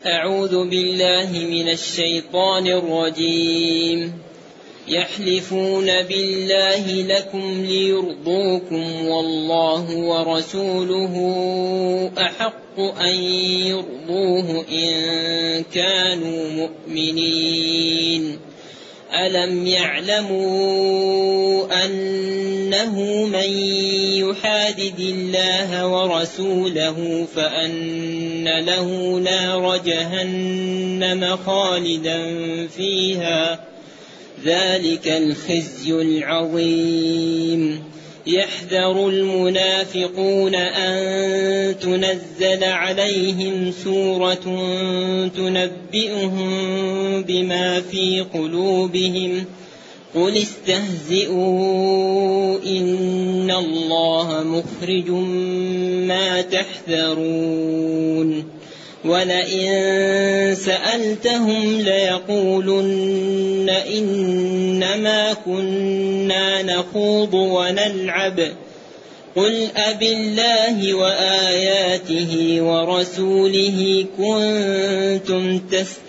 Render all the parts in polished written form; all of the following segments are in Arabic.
أعوذ بالله من الشيطان الرجيم. يحلفون بالله لكم ليرضوكم والله ورسوله أحق أن يرضوه إن كانوا مؤمنين. ألم يعلموا أنه من يحادد الله ورسوله فأن له نار جهنم خالدا فيها ذلك الخزي العظيم. يحذر المنافقون أن تنزل عليهم سورة تنبئهم بما في قلوبهم قل استهزئوا إن الله مخرج ما تحذرون. ولئن سألتهم ليقولن إنما كنا نخوض ونلعب قل أبالله وآياته ورسوله كنتم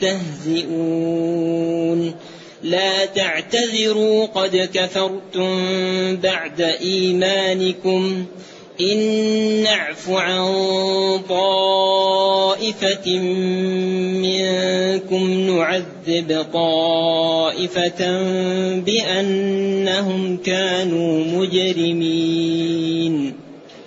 تستهزئون. لا تعتذروا قد كفرتم بعد إيمانكم إن نعف عن طائفة منكم نعذب طائفة بأنهم كانوا مجرمين.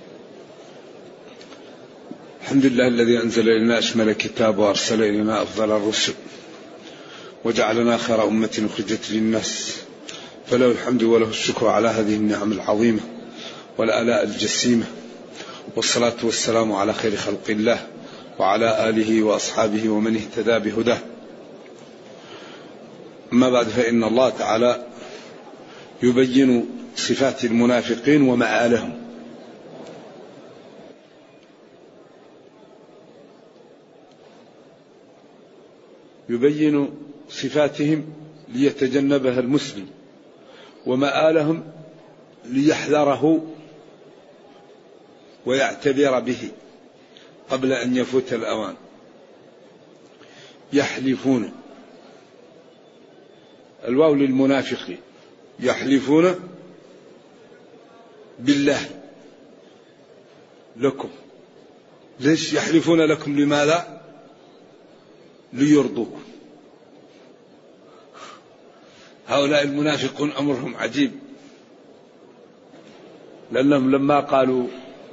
الحمد لله الذي أنزل إلينا أشمل الكتاب وأرسل إلينا أفضل الرسل وجعلنا خير أمة أخرجت للناس، فله الحمد وله الشكر على هذه النعم العظيمة والآلاء الجسيمة، والصلاة والسلام على خير خلق الله وعلى آله وأصحابه ومن اهتدى بهداه. أما بعد، فإن الله تعالى يبين صفات المنافقين ومآلهم. يبين صفاتهم ليتجنبها المسلم، ومآلهم ليحذره ويعتبر به قبل أن يفوت الأوان. يحلفون، الواو للمنافقين، يحلفون بالله لكم. ليش يحلفون لكم؟ لماذا؟ ليرضوكم. هؤلاء المنافقون أمرهم عجيب، لأنهم لما قالوا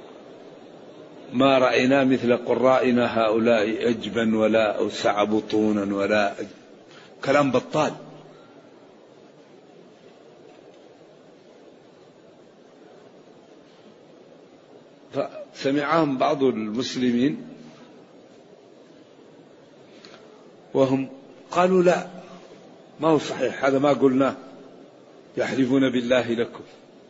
ما رأينا مثل قرائنا هؤلاء أجبا ولا أوسع بطونا ولا كلام بطال. فسمعهم بعض المسلمين وهم قالوا لا، ما هو صحيح، هذا ما قلناه. يحلفون بالله لكم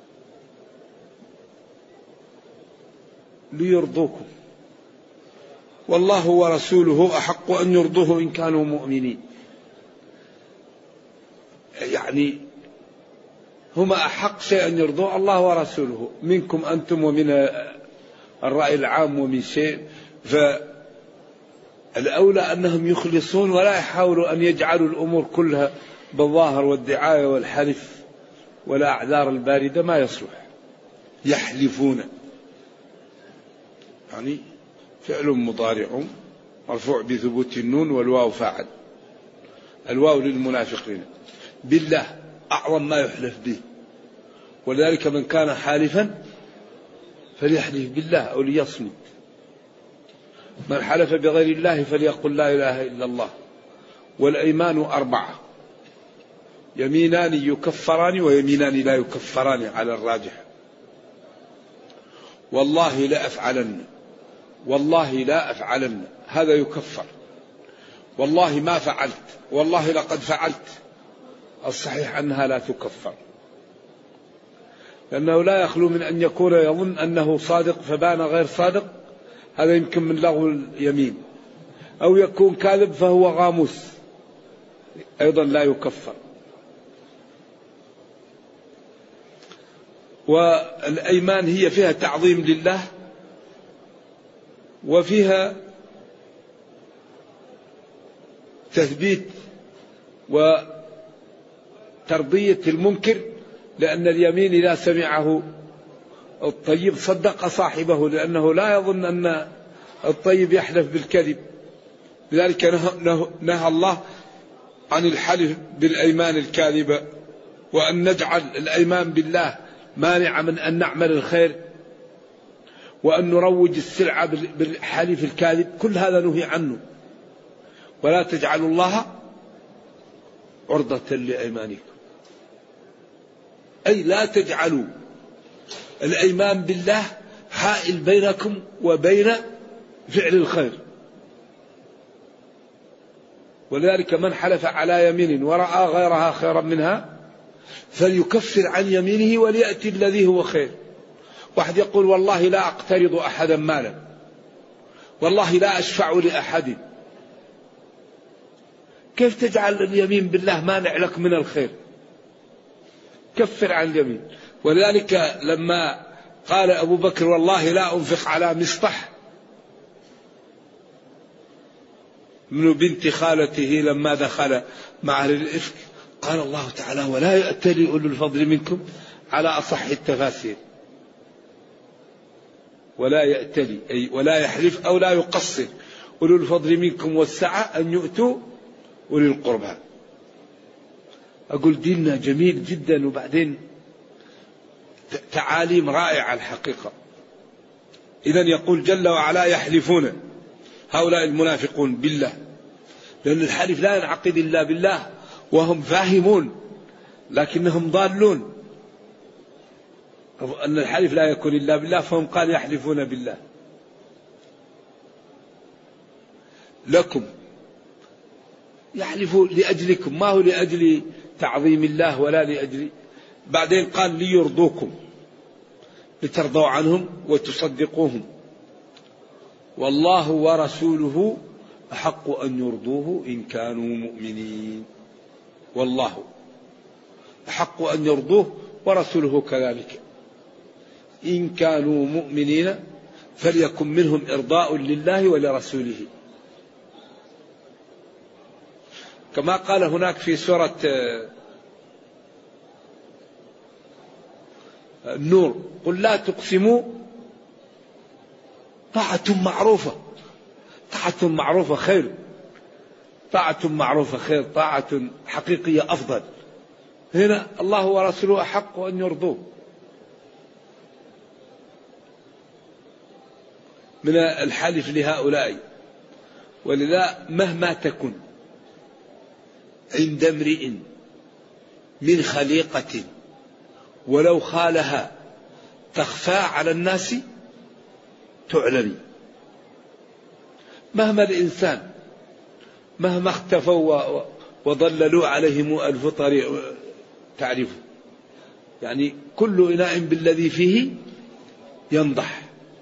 ليرضوكم والله ورسوله أحق أن يرضوه إن كانوا مؤمنين. يعني هما أحق شيء أن يرضوه، الله ورسوله، منكم أنتم ومن الرأي العام ومن شيء. فالأولى أنهم يخلصون ولا يحاولوا أن يجعلوا الأمور كلها بالظاهر والدعاية والحلف والأعذار الباردة، ما يصلح. يحلفون يعني فعل مضارع مرفوع بثبوت النون والواو فاعل. الواو للمنافقين، بالله أعظم ما يحلف به، ولذلك من كان حالفا فليحلف بالله أو ليصمت. من حلف بغير الله فليقل لا إله إلا الله. والأيمان 4، يمينان يكفران ويمينان لا يكفران على الراجح. والله لا أفعلن، والله لا أفعلن، هذا يكفر. والله ما فعلت، والله لقد فعلت، الصحيح أنها لا تكفر، لأنه لا يخلو من أن يكون يظن أنه صادق فبان غير صادق، هذا يمكن من لغو اليمين، أو يكون كاذب فهو غاموس، أيضا لا يكفر. والأيمان هي فيها تعظيم لله وفيها تثبيت وترضية المنكر، لأن اليمين إذا سمعه الطيب صدق صاحبه، لأنه لا يظن أن الطيب يحلف بالكذب. لذلك نهى الله عن الحلف بالأيمان الكاذبة، وأن نجعل الأيمان بالله مانع من أن نعمل الخير، وأن نروج السلعة بالحلف الكاذب، كل هذا نهي عنه. ولا تجعلوا الله عرضة لأيمانكم، أي لا تجعلوا الأيمان بالله حائل بينكم وبين فعل الخير. ولذلك من حلف على يمين ورأى غيرها خيرا منها فليكفر عن يمينه وليأتي الذي هو خير. واحد يقول والله لا أقترض أحدا مالا، والله لا أشفع لأحد. كيف تجعل اليمين بالله مانع لك من الخير؟ كفر عن اليمين. ولذلك لما قال أبو بكر والله لا أنفق على مصطح من بنت خالته لما دخل مع أهل الإفك، قال الله تعالى ولا يأتلي أولو الفضل منكم، على أصح التفاسير. ولا يأتلي أي ولا يحلف أو لا يقصر أولو الفضل منكم والسعة أن يؤتوا أولي القربى. أقول ديننا جميل جدا، وبعدين تعاليم رائعة الحقيقة. إذن يقول جل وعلا يحلفون هؤلاء المنافقون بالله، لأن الحلف لا ينعقد إلا بالله، وهم فاهمون لكنهم ضالون أن الحلف لا يكون إلا بالله، فهم قال يحلفون بالله. لكم يحلفوا لأجلكم، ما هو لأجل تعظيم الله ولا لأجل. بعدين قال ليرضوكم لترضوا عنهم وتصدقوهم، والله ورسوله أحق أن يرضوه إن كانوا مؤمنين. والله أحق أن يرضوه ورسوله كذلك إن كانوا مؤمنين، فليكن منهم إرضاء لله ولرسوله. كما قال هناك في سورة النور قل لا تقسموا طاعة معروفة. طاعة معروفة خير، طاعة معروفة خير، طاعة حقيقية أفضل. هنا الله ورسوله أحق أن يرضوه. من الحلف لهؤلاء. ولذا مهما تكن عند امرئ من خليقة ولو خالها تخفى على الناس تعلمي. مهما الإنسان مهما اختفوا وضللوا عليهم ألف طريق تعرفوا، يعني كل إناء بالذي فيه ينضح.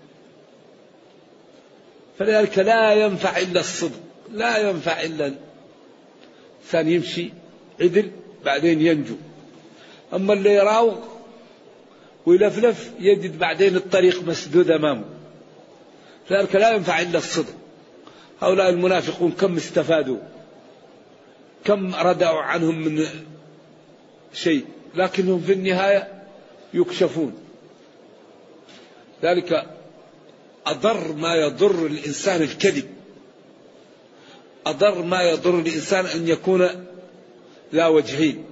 فلذلك لا ينفع إلا الصدق، لا ينفع إلا الإنسان يمشي عدل بعدين ينجو. أما اللي يراوغ ويلفلف يجد بعدين الطريق مسدود أمامه. فلذلك لا ينفع إلا الصدق. هؤلاء المنافقون كم استفادوا، كم ردعوا عنهم من شيء، لكنهم في النهاية يكشفون. ذلك أضر ما يضر الإنسان الكذب، أضر ما يضر الإنسان أن يكون لا وجهين.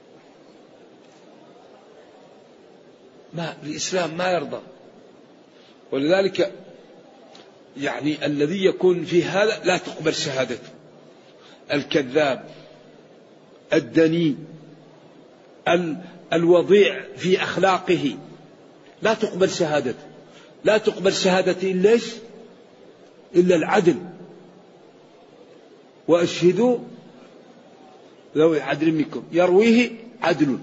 ما الإسلام ما يرضى. ولذلك يعني الذي يكون في هذا لا تقبل شهادته. الكذاب الدني الوضيع في أخلاقه لا تقبل شهادته. لا تقبل شهادته إلا إيش؟ إلا العدل. وأشهدوا ذوي عدل منكم يرويه عدل.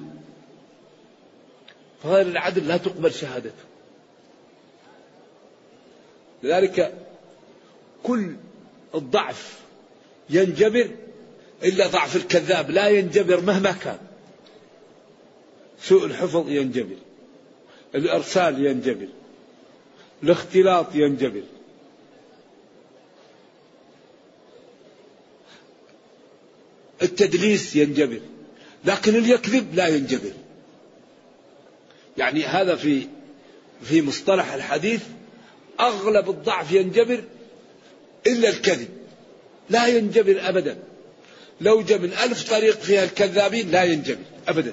فغير العدل لا تقبل شهادته. لذلك كل الضعف ينجبر إلا ضعف الكذاب لا ينجبر مهما كان. سوء الحفظ ينجبر، الإرسال ينجبر، الاختلاط ينجبر. التدليس ينجبر، لكن اللي يكذب لا ينجبر. يعني هذا في مصطلح الحديث أغلب الضعف ينجبر إلا الكذب، لا ينجبر أبدا. لو جاء من 1000 طريق فيها الكذابين لا ينجبر أبدا.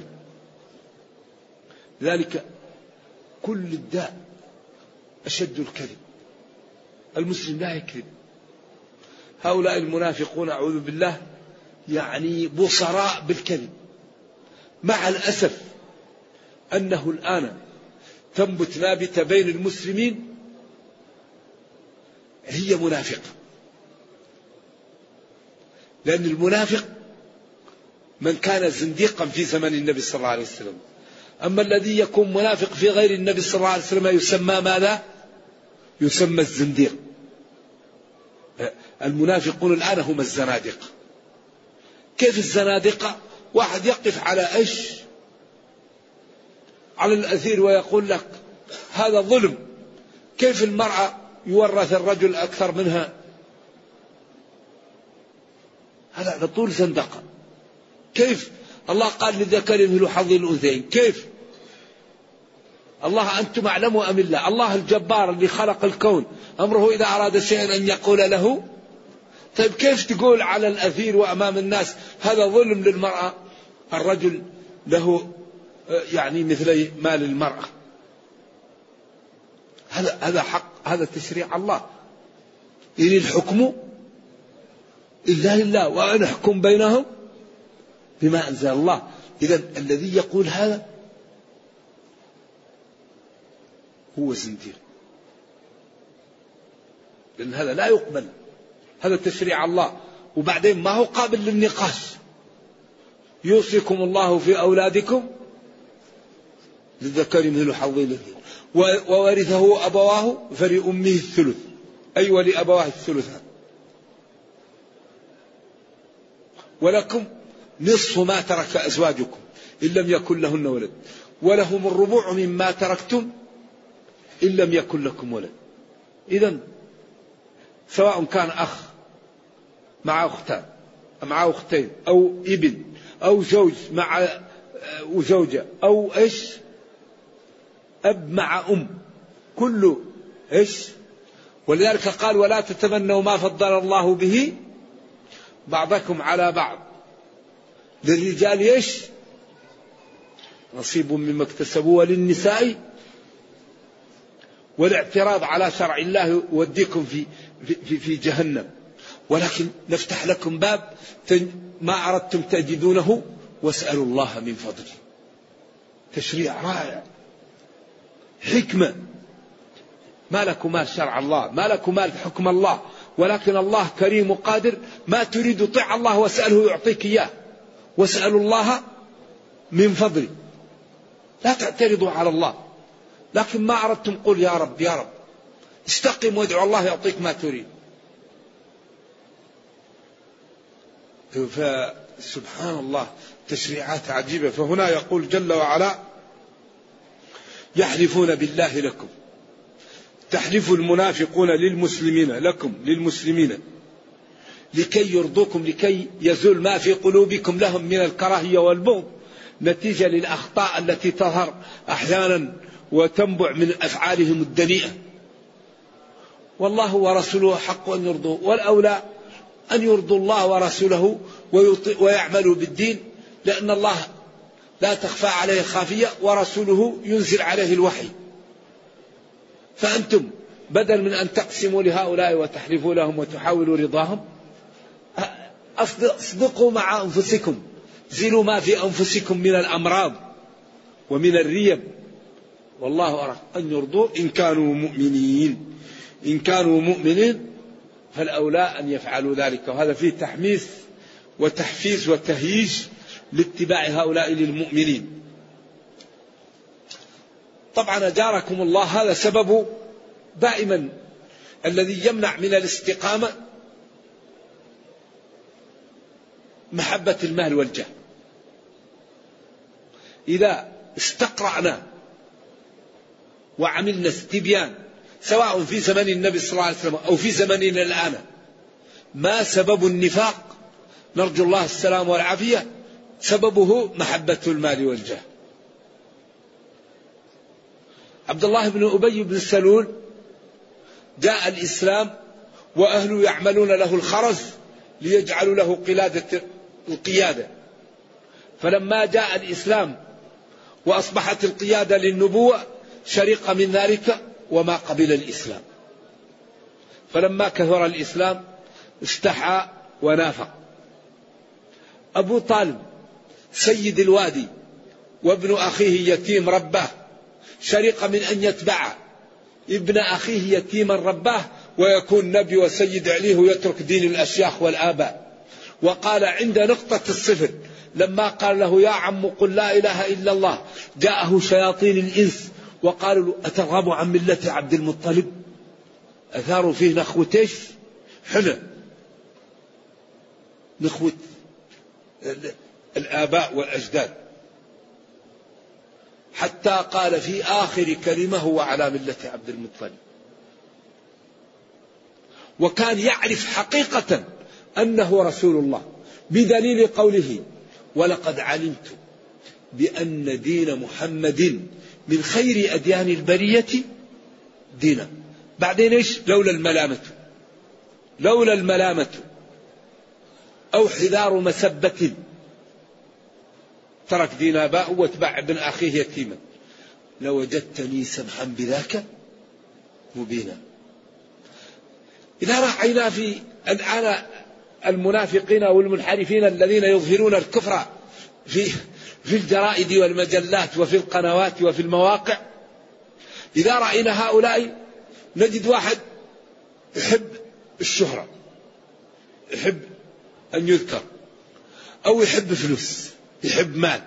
ذلك كل الداء أشد الكذب. المسلم لا يكذب. هؤلاء المنافقون أعوذ بالله يعني بصراء بالكذب. مع الأسف أنه الآن تنبت نابتة بين المسلمين هي منافقة. لأن المنافق من كان زنديقا في زمن النبي صلى الله عليه وسلم، أما الذي يكون منافق في غير النبي صلى الله عليه وسلم يسمى ماذا؟ يسمى الزنديق. المنافقون الآن هم الزنادقة. كيف الزنادقة؟ واحد يقف على إيش؟ على الأثير ويقول لك هذا ظلم، كيف المرأة يورث الرجل أكثر منها؟ هذا على طول زندقة. كيف الله قال للذكر مثل حظ الأنثيين؟ كيف الله أنتم أعلموا أم الله؟ الله الجبار اللي خلق الكون أمره إذا أراد شيئا أن يقول له. طيب كيف تقول على الأثير وأمام الناس هذا ظلم للمرأة؟ الرجل له يعني مثل مال المرأة. هذا حق، هذا تشريع الله. إن الحكم إلا لله وأن أحكم بينهم بما أنزل الله. إذن الذي يقول هذا هو زنديق، لأن هذا لا يقبل، هذا تشريع الله. وبعدين ما هو قابل للنقاش. يوصيكم الله في أولادكم للذكر مثل حظ الأنثيين وورثه أبواه فلأمه الثلث، أي ولأبواه الثلثان، ولكم نصف ما ترك أزواجكم إن لم يكن لهن ولد ولهم الربع مما تركتم إن لم يكن لكم ولد. إذن سواء كان أخ مع أختان مع أختين أو ابن أو زوج مع وزوجة أو إيش أب مع أم، كله إيش. ولذلك قال ولا تتمنوا ما فضل الله به بعضكم على بعض. للرجال إيش نصيب مما اكتسبوا وللنساء، والاعتراض على شرع الله يوديكم في جهنم. ولكن نفتح لكم باب ما أردتم تجدونه واسألوا الله من فضله. تشريع رائع، حكمة. ما لكم مال شرع الله، ما لكم مال حكم الله، ولكن الله كريم قادر. ما تريد طع الله واسأله يعطيك إياه، واسألوا الله من فضله. لا تعترضوا على الله، لكن ما أردتم قل يا رب يا رب. استقم وادعو الله يعطيك ما تريد. فسبحان الله تشريعات عجيبة. فهنا يقول جل وعلا يحلفون بالله لكم، تحلف المنافقون للمسلمين لكم للمسلمين لكي يرضوكم، لكي يزول ما في قلوبكم لهم من الكراهية والبغض نتيجة للأخطاء التي تظهر أحيانا وتنبع من أفعالهم الدنيئة. والله ورسوله حق أن يرضوه، والأولى أن يرضوا الله ورسوله ويعملوا بالدين، لأن الله لا تخفى عليه خافية ورسوله ينزل عليه الوحي. فأنتم بدل من أن تقسموا لهؤلاء وتحلفوا لهم وتحاولوا رضاهم، اصدقوا مع أنفسكم، زلوا ما في أنفسكم من الأمراض ومن الريب. والله أرى أن يرضوا إن كانوا مؤمنين. إن كانوا مؤمنين فالأولى أن يفعلوا ذلك. وهذا فيه تحميس وتحفيز وتهييج لاتباع هؤلاء للمؤمنين. طبعا أجاركم الله هذا سبب دائما الذي يمنع من الاستقامة محبة المال والجاه. إذا استقرأنا وعملنا استبيان سواء في زمن النبي صلى الله عليه وسلم أو في زمننا الآن ما سبب النفاق، نرجو الله السلام والعافية، سببه محبة المال والجاه. عبد الله بن أبي بن سلول جاء الإسلام وأهله يعملون له الخرز ليجعلوا له القيادة، فلما جاء الإسلام وأصبحت القيادة للنبوة شرق من ذلك وما قبل الإسلام، فلما كثر الإسلام استحى ونافق. أبو طالب سيد الوادي وابن أخيه يتيم رباه، شرق من أن يتبع ابن أخيه يتيما رباه ويكون نبي وسيد عليه ويترك دين الأشياخ والآباء. وقال عند نقطة الصفر لما قال له يا عم قل لا إله إلا الله، جاءه شياطين الإنس وقالوا له أترغب عن ملة عبد المطلب؟ أثاروا فيه نخوة ايش؟ حنى، نخوة الآباء والأجداد، حتى قال في آخر كلمة هو على ملة عبد المطلب. وكان يعرف حقيقة أنه رسول الله بدليل قوله ولقد علمت بأن دين محمد من خير أديان البرية دينا. بعدين ايش؟ لولا الملامة أو حذار مسبة ترك دين آباءه واتبع ابن أخيه يتيما، لوجدتني سمحا بذاك مبينا. إذا رأينا في الآن المنافقين والمنحرفين الذين يظهرون الكفر في الجرائد والمجلات وفي القنوات وفي المواقع، إذا رأينا هؤلاء نجد واحد يحب الشهرة، يحب أن يذكر، أو يحب فلوس، يحب مال،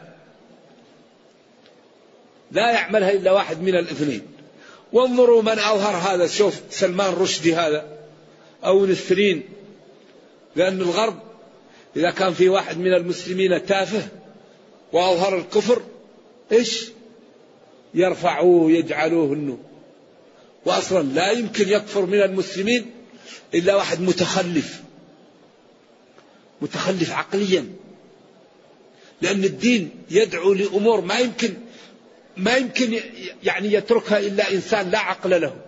لا يعملها إلا واحد من الاثنين. وانظروا من أظهر هذا، شوف سلمان رشدي هذا أو نسرين، لأن الغرب إذا كان في واحد من المسلمين تافه وأظهر الكفر إيش يرفعوه يجعلوه النور. وأصلا لا يمكن يكفر من المسلمين إلا واحد متخلف عقليا، لأن الدين يدعو لأمور ما يمكن يعني يتركها إلا إنسان لا عقل له.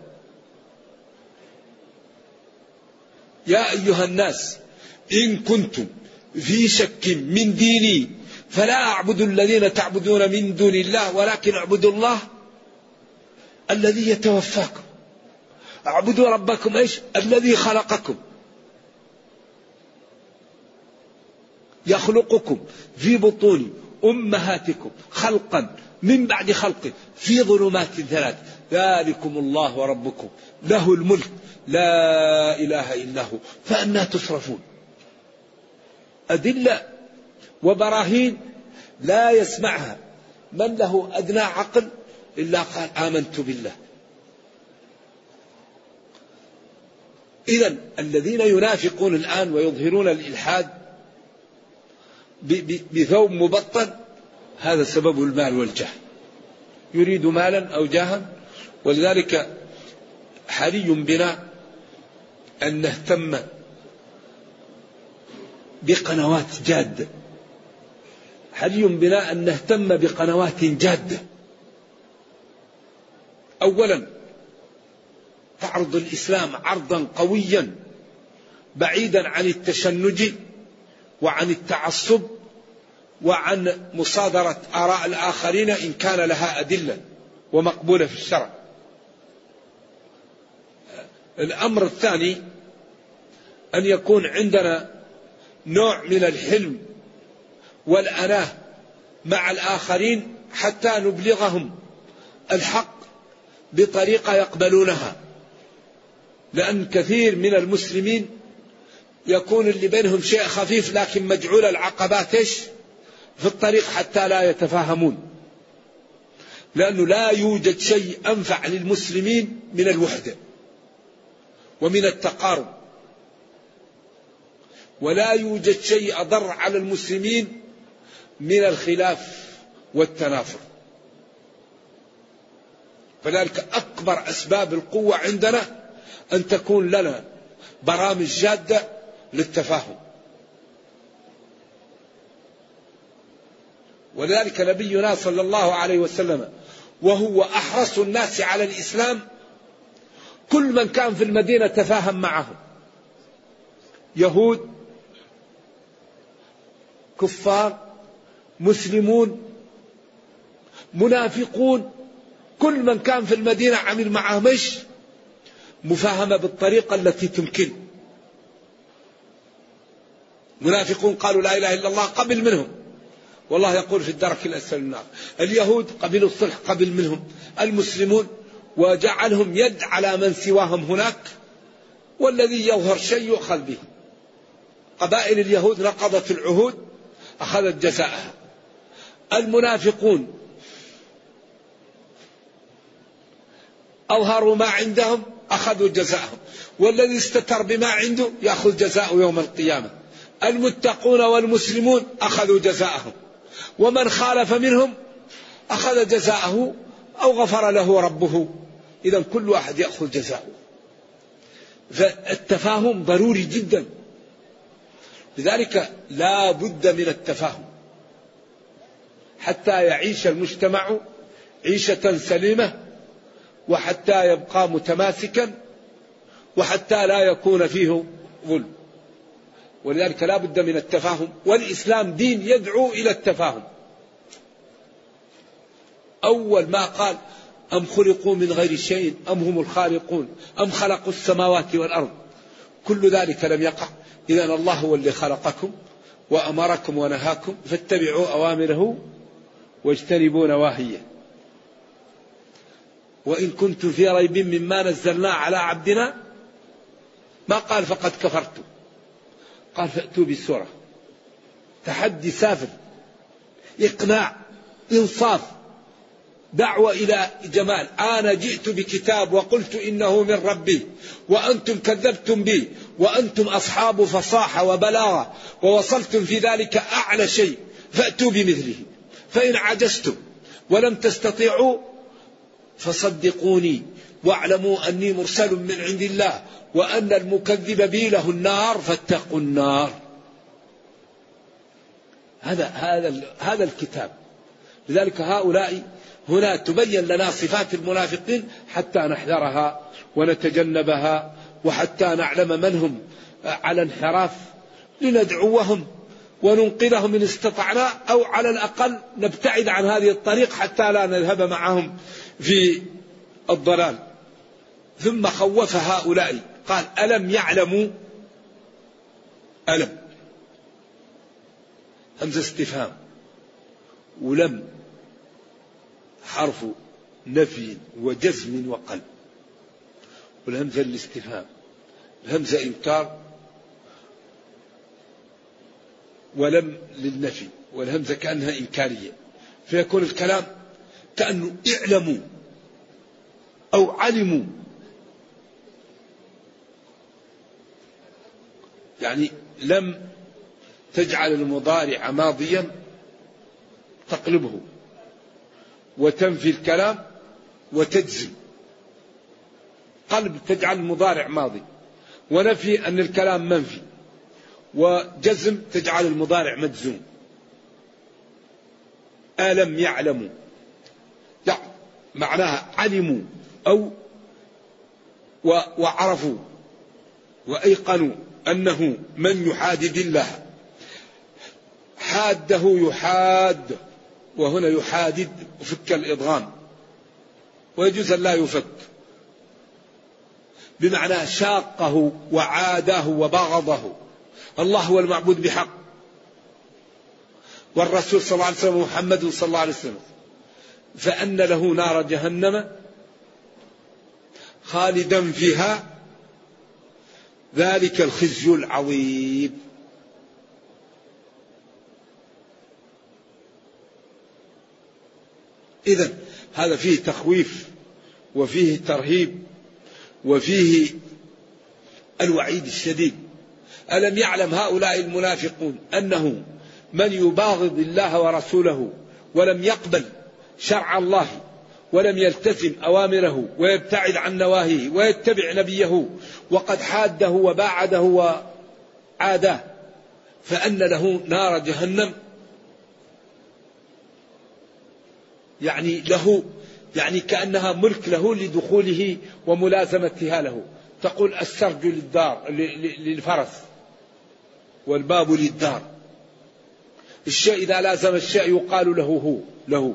يا أيها الناس إن كنتم في شك من ديني فلا أعبد الذين تعبدون من دون الله ولكن اعبدوا الله الذي يتوفاكم. اعبدوا ربكم ايش؟ الذي خلقكم، يخلقكم في بطون أمهاتكم خلقا من بعد خلق في ظلمات ثلاث، ذلكم الله ربكم له الملك لا إله إلا هو فأنى تصرفون. أدلة وبراهين لا يسمعها من له أدنى عقل إلا قال آمنت بالله. إذن الذين ينافقون الآن ويظهرون الإلحاد بثوب مبطن هذا سبب المال والجاه، يريد مالا أو جاها. ولذلك حري بنا أن نهتم بقنوات جادة، حري بنا أن نهتم بقنوات جادة. أولا تعرض الإسلام عرضا قويا بعيدا عن التشنج وعن التعصب وعن مصادرة آراء الآخرين إن كان لها أدلة ومقبولة في الشرع. الأمر الثاني أن يكون عندنا نوع من الحلم والأناة مع الآخرين حتى نبلغهم الحق بطريقة يقبلونها، لأن كثير من المسلمين يكون اللي بينهم شيء خفيف لكن مجعول العقبات إيش في الطريق حتى لا يتفاهمون، لأنه لا يوجد شيء أنفع للمسلمين من الوحدة ومن التقارب، ولا يوجد شيء أضر على المسلمين من الخلاف والتنافر. فذلك أكبر أسباب القوة عندنا أن تكون لنا برامج جادة للتفاهم. ولذلك نبينا صلى الله عليه وسلم وهو أحرص الناس على الإسلام كل من كان في المدينة تفاهم معهم، يهود، كفار، مسلمون، منافقون، كل من كان في المدينة عمل معه مش مفاهمة بالطريقة التي تمكن. منافقون قالوا لا إله إلا الله قبل منهم، والله يقول في الدرك الأسفل من النار. اليهود قبلوا الصلح قبل منهم. المسلمون وجعلهم يد على من سواهم هناك، والذي يظهر شيء يؤخذ به. قبائل اليهود نقضت العهود أخذت جزاءها. المنافقون أظهروا ما عندهم أخذوا جزاءهم، والذي استتر بما عنده يأخذ جزاءه يوم القيامة. المتقون والمسلمون أخذوا جزاءهم، ومن خالف منهم أخذ جزاءه أو غفر له ربه. إذا كل واحد يأخذ جزاءه. فالتفاهم ضروري جدا، لذلك لا بد من التفاهم حتى يعيش المجتمع عيشة سليمة، وحتى يبقى متماسكا، وحتى لا يكون فيه ظلم. ولذلك لا بد من التفاهم، والإسلام دين يدعو إلى التفاهم. أول ما قال أم خلقوا من غير شيء أم هم الخالقون أم خلقوا السماوات والأرض، كل ذلك لم يقع. إذن الله هو اللي خلقكم وأمركم ونهاكم، فاتبعوا أوامره واجتنبوا نواهيه. وإن كنتم في ريب مما نزلنا على عبدنا، ما قال فقد كفرتم، قال فأتوا بالسورة. تحدي سافر، إقناع، إنصاف، دعوة إلى جمال. أنا جئت بكتاب وقلت إنه من ربي وأنتم كذبتم بي، وأنتم أصحاب فصاحة وبلاغة ووصلتم في ذلك أعلى شيء، فأتوا بمثله. فإن عجزتم ولم تستطيعوا فصدقوني واعلموا أني مرسل من عند الله وأن المكذب بي له النار فاتقوا النار. هذا الكتاب. لذلك هؤلاء هنا تبين لنا صفات المنافقين حتى نحذرها ونتجنبها، وحتى نعلم من هم على انحراف لندعوهم وننقذهم إن استطعنا، أو على الأقل نبتعد عن هذه الطريق حتى لا نذهب معهم في الضلال. ثم خوف هؤلاء قال ألم يعلموا، ألم همزة استفهام، ولم حرف نفي وجزم وقلب، والهمزة الاستفهام، الهمزة إنكار، ولم للنفي، والهمزة كأنها إنكارية، فيكون الكلام كأنه اعلموا أو علموا. يعني لم تجعل المضارع ماضيا تقلبه وتنفي الكلام وتجزم. قلب تجعل المضارع ماضي، ونفي أن الكلام منفي، وجزم تجعل المضارع مجزوم. ألم يعلموا معناها علموا أو وعرفوا وأيقنوا أنه من يحادد الله، حاده يحاد، وهنا يحادد وفك الإضغام، ويجوز أن لا يفك، بمعنى شاقه وعاده وبغضه. الله هو المعبود بحق، والرسول صلى الله عليه وسلم محمد صلى الله عليه وسلم، فأن له نار جهنم خالدا فيها ذلك الخزي العظيم. إذن هذا فيه تخويف وفيه ترهيب وفيه الوعيد الشديد. ألم يعلم هؤلاء المنافقون أنه من يباغض الله ورسوله ولم يقبل شرع الله ولم يلتزم أوامره ويبتعد عن نواهيه ويتبع نبيه وقد حاده وباعده وعاداه، فأن له نار جهنم يعني له، يعني كأنها ملك له لدخوله وملازمتها له. تقول السرج للفرس والباب للدار. الشيء إذا لازم الشيء يقال له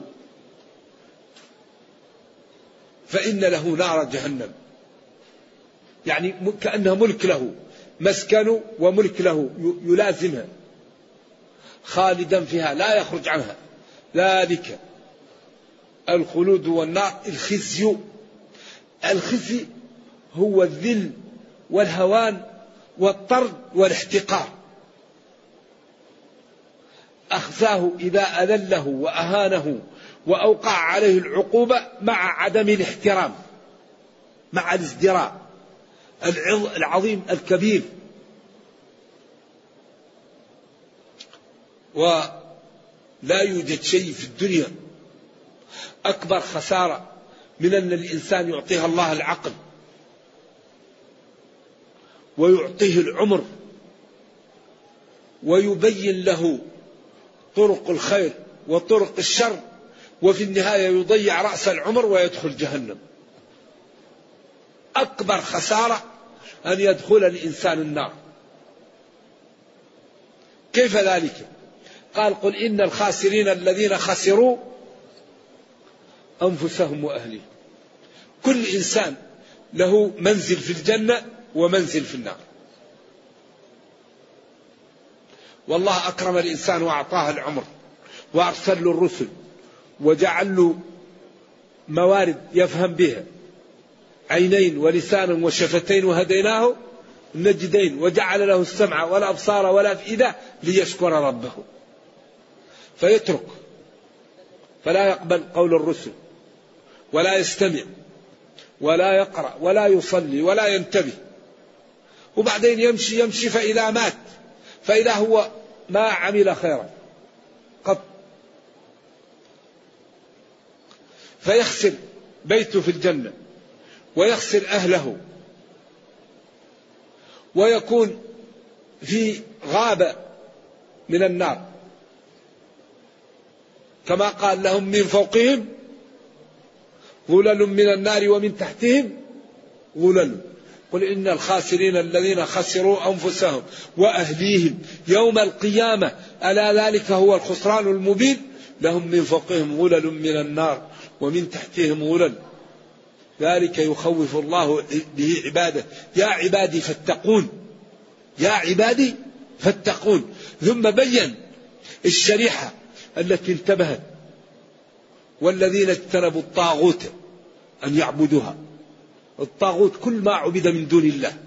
فإن له نار جهنم، يعني كأنها ملك له، مسكن وملك له يلازمها خالدا فيها لا يخرج عنها. ذلك الخلود والنار. الخزي هو الذل والهوان والطرد والاحتقار. أخزاه إذا أذله وأهانه وأوقع عليه العقوبة مع عدم الاحترام، مع الازدراء العظيم الكبير. ولا يوجد شيء في الدنيا أكبر خسارة من أن الإنسان يعطيها الله العقل ويعطيه العمر ويبين له طرق الخير وطرق الشر، وفي النهاية يضيع رأس العمر ويدخل جهنم. أكبر خسارة أن يدخل الإنسان النار. كيف ذلك؟ قال قل إن الخاسرين الذين خسروا أنفسهم وأهلهم. كل إنسان له منزل في الجنة ومنزل في النار. والله أكرم الإنسان وأعطاه العمر وأرسل له الرسل وجعل له موارد يفهم بها، عينين ولسانا وشفتين وهديناه النجدين، وجعل له السمع والأبصار والأفئدة ليشكر ربه، فيترك فلا يقبل قول الرسل ولا يستمع ولا يقرأ ولا يصلي ولا ينتبه، وبعدين يمشي فإذا مات فإذا هو ما عمل خيرا قط، فيخسر بيته في الجنة ويخسر أهله ويكون في غابة من النار، كما قال لهم من فوقهم ظلل من النار ومن تحتهم ظلل. قل إن الخاسرين الذين خسروا أنفسهم وأهليهم يوم القيامة ألا ذلك هو الخسران المبين، لهم من فوقهم ظلل من النار ومن تحتهم ظلل. ذلك يخوف الله به عباده. يا عبادي فاتقون، يا عبادي فاتقون. ثم بين الشريحة التي انتبهت: والذين اجتنبوا الطاغوت أن يعبدوها. الطاغوت كل ما عبد من دون الله،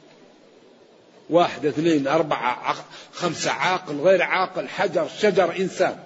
1 2 4 5، عاقل غير عاقل، حجر شجر إنسان.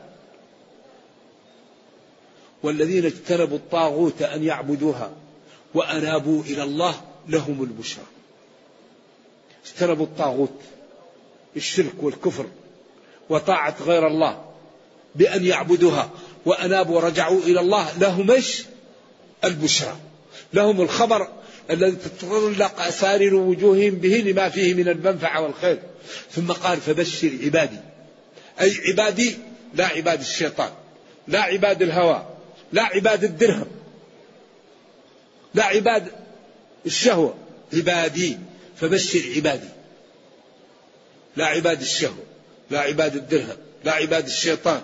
والذين اجتنبوا الطاغوت أن يعبدوها وأنابوا إلى الله لهم البشرى. اجتنبوا الطاغوت، الشرك والكفر وطاعة غير الله، بأن يعبدوها وأنابوا ورجعوا إلى الله، لهم ايش؟ البشرى، لهم الخبر الذي تتطلق أسارر وجوههم به لما فيه من المنفعة والخير. ثم قال فبشر عبادي، أي عبادي لا عباد الشيطان، لا عباد الهوى، لا عباد الدرهم، لا عباد الشهوة، عبادي. فبشر عبادي، لا عباد الشهوة، لا عباد الدرهم، لا عباد الشيطان.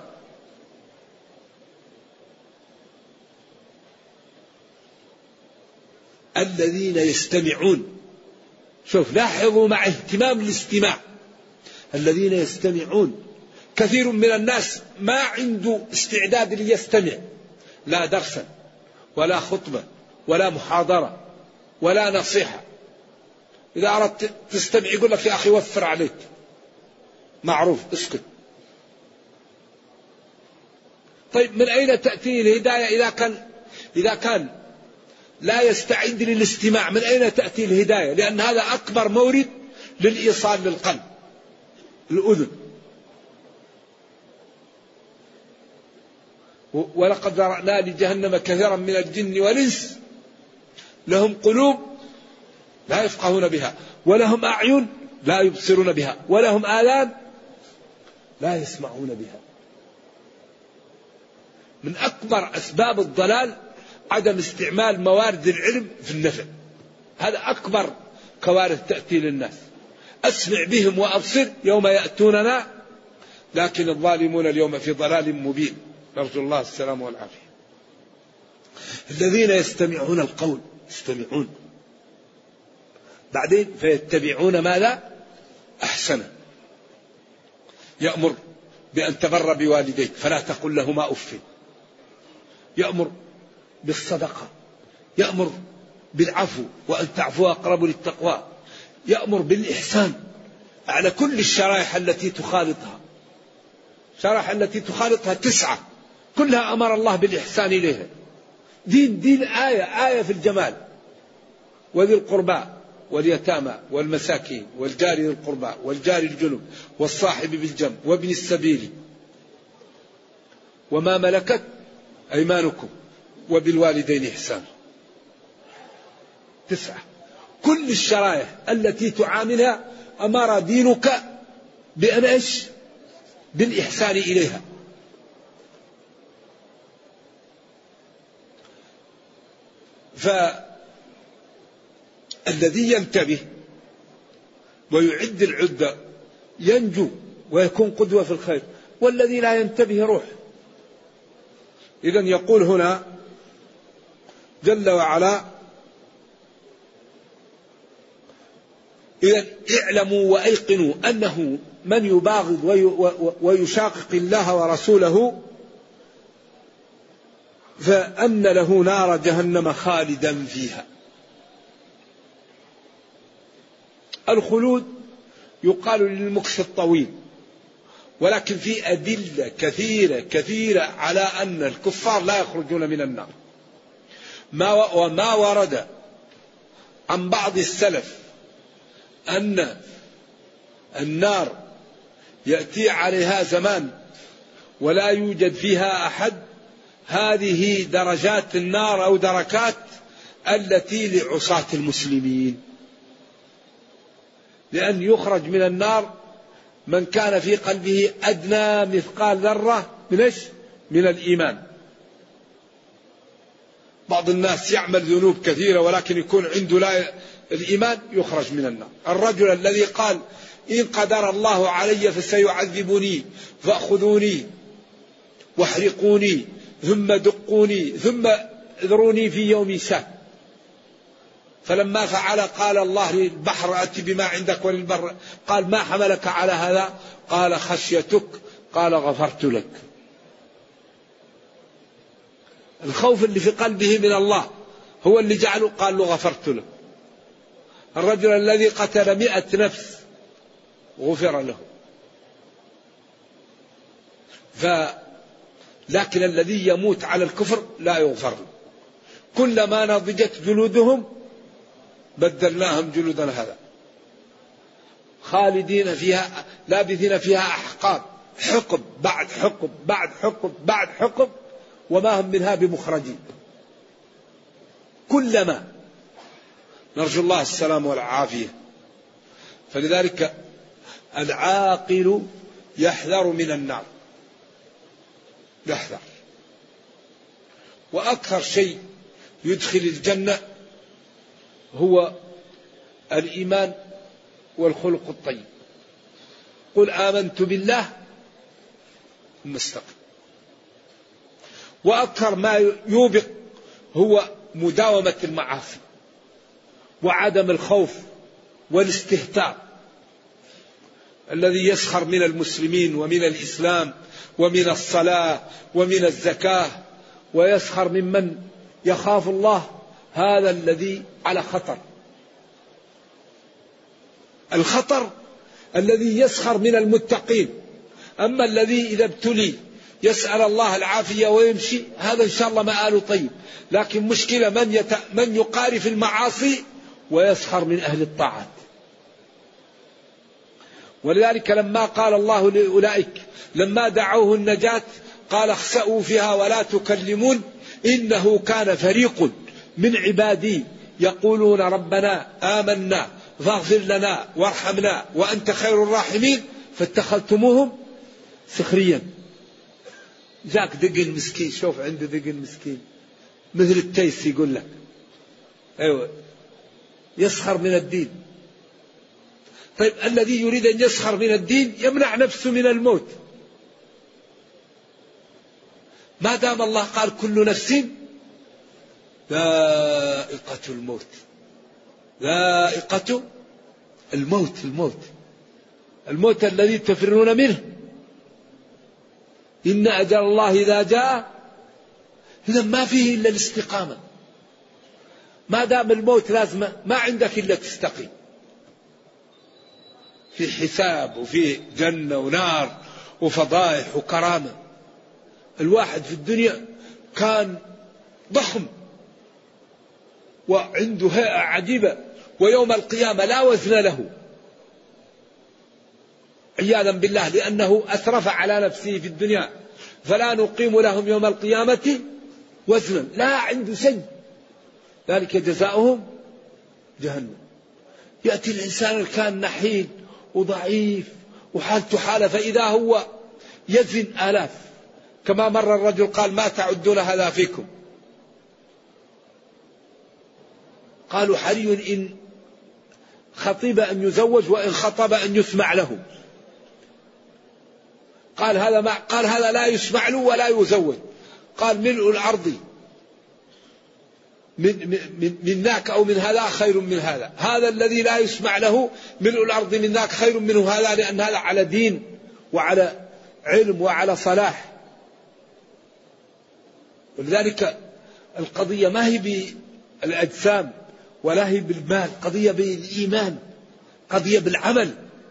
الذين يستمعون. شوف، لاحظوا مع اهتمام الاستماع. الذين يستمعون. كثير من الناس ما عنده استعداد ليستمع، لا درسا ولا خطبة ولا محاضرة ولا نصيحة. إذا أردت تستمع يقول لك يا أخي وفر عليك، معروف، اسكت. طيب من أين تأتي الهداية إذا كان لا يستعد للاستماع؟ من أين تأتي الهداية؟ لأن هذا أكبر مورد للإيصال للقلب، الأذن. ولقد ذرأنا لجهنم كثيرا من الجن والإنس لهم قلوب لا يفقهون بها، ولهم أعين لا يبصرون بها، ولهم آذان لا يسمعون بها. من أكبر أسباب الضلال عدم استعمال موارد العلم في النفع. هذا أكبر كوارث تأتي للناس. أسمع بهم وأبصر يوم يأتوننا، لكن الظالمون اليوم في ضلال مبين، نرجو الله السلام والعافية. الذين يستمعون القول يستمعون بعدين فيتبعون ماذا؟ أحسنه. يأمر بأن تبر بوالديك فلا تقل لهما أف، يأمر بالصدقة، يأمر بالعفو وأن تعفو أقرب للتقوى، يأمر بالإحسان على كل الشرائح التي تخالطها. الشرائح التي تخالطها 9 كلها أمر الله بالإحسان إليها. دين آية في الجمال. وذي القربى واليتامى والمساكين والجار ذي القربى والجار الجنب والصاحب بالجنب وابن السبيل وما ملكت أيمانكم وبالوالدين إحسانا. 9 كل الشرائح التي تعاملها أمر دينك بأن إيش؟ بالإحسان إليها. فالذي ينتبه ويعد العدة ينجو ويكون قدوة في الخير، والذي لا ينتبه يروح. إذن يقول هنا جل وعلا: إذن اعلموا وأيقنوا أنه من يباغض ويشاقق الله ورسوله فأن له نار جهنم خالدا فيها. الخلود يقال للمكث الطويل، ولكن في أدلة كثيرة على أن الكفار لا يخرجون من النار. وما ورد عن بعض السلف أن النار يأتي عليها زمان ولا يوجد فيها أحد، هذه درجات النار أو دركات التي لعصاة المسلمين، لأن يخرج من النار من كان في قلبه أدنى مثقال ذرة من الإيمان. بعض الناس يعمل ذنوب كثيرة ولكن يكون عنده الإيمان يخرج من النار. الرجل الذي قال: إن قدر الله علي فسيعذبني فأخذوني واحرقوني ثم دقوني ثم اذروني في يوم شاك، فلما فعل قال الله للبحر: أتي بما عندك، وللبر قال: ما حملك على هذا؟ قال: خشيتك. قال: غفرت لك. الخوف اللي في قلبه من الله هو اللي جعله قال له غفرت له. الرجل الذي قتل 100 نفس غفر له. لكن الذي يموت على الكفر لا يغفر له. كلما نضجت جلودهم بدلناهم جلودا هذا، خالدين فيها لابثين فيها أحقاب، حقب بعد حقب بعد حقب بعد حقب، وما هم منها بمخرجين. كلما، نرجو الله السلام والعافية. فلذلك العاقل يحذر من النار، يحذر. وأكثر شيء يدخل الجنة هو الإيمان والخلق الطيب. قل آمنت بالله ثم استقم. وأكثر ما يوبق هو مداومة المعاصي وعدم الخوف والاستهتار. الذي يسخر من المسلمين ومن الإسلام ومن الصلاة ومن الزكاة ويسخر ممن يخاف الله، هذا الذي على خطر. الخطر الذي يسخر من المتقين. أما الذي إذا ابتلي يسأل الله العافية ويمشي، هذا إن شاء الله مآله طيب. لكن مشكلة من يقارف المعاصي ويسخر من أهل الطاعات. ولذلك لما قال الله لأولئك لما دعوه النجاة قال: اخسأوا فيها ولا تكلمون إنه كان فريق من عبادي يقولون ربنا آمنا فاغفر لنا وارحمنا وأنت خير الراحمين فاتخذتموهم سخريا. جاك دقن مسكين، شوف عنده دقن مسكين مثل التيس يقول لك أيوة يسخر من الدين. طيب الذي يريد أن يسخر من الدين يمنع نفسه من الموت، ما دام الله قال كل نفس ذائقة الموت، ذائقة الموت، الموت الذي تفرون منه، إن أجل الله إذا جاء. إذا ما فيه إلا الاستقامة، ما دام الموت لازمة ما عندك إلا تستقيم. في حساب وفي جنة ونار وفضائح وكرامة. الواحد في الدنيا كان ضخم وعنده هيئة عجيبة، ويوم القيامة لا وزن له عياذا بالله، لأنه أسرف على نفسه في الدنيا، فلا نقيم لهم يوم القيامة وزنا، لا عنده شيء، ذلك جزاؤهم جهنم. يأتي الإنسان كان نحيل وضعيف وحالته حالة، فإذا هو يزن آلاف، كما مر الرجل قال ما تعدون هذا فيكم، قالوا حري إن خطيب أن يزوج وإن خطب أن يسمع له. قال هذا لا يسمع له ولا يزوج. قال ملء الأرض من ذاك أو من هذا خير من هذا. هذا الذي لا يسمع له ملء الأرض من ذاك خير منه هذا، لأن هذا على دين وعلى علم وعلى صلاح. ولذلك القضية ما هي بالأجسام ولا هي بالمال، قضية بالإيمان، قضية بالعمل.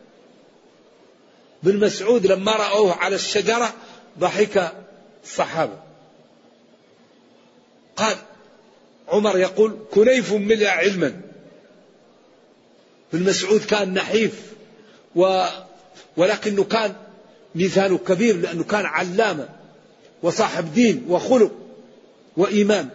ابن مسعود لما رأوه على الشجرة ضحك الصحابة. قال عمر يقول كنيف ملء علما. ابن مسعود كان نحيف ولكنه كان ميزانه كبير، لأنه كان علامة وصاحب دين وخلق وإيمان.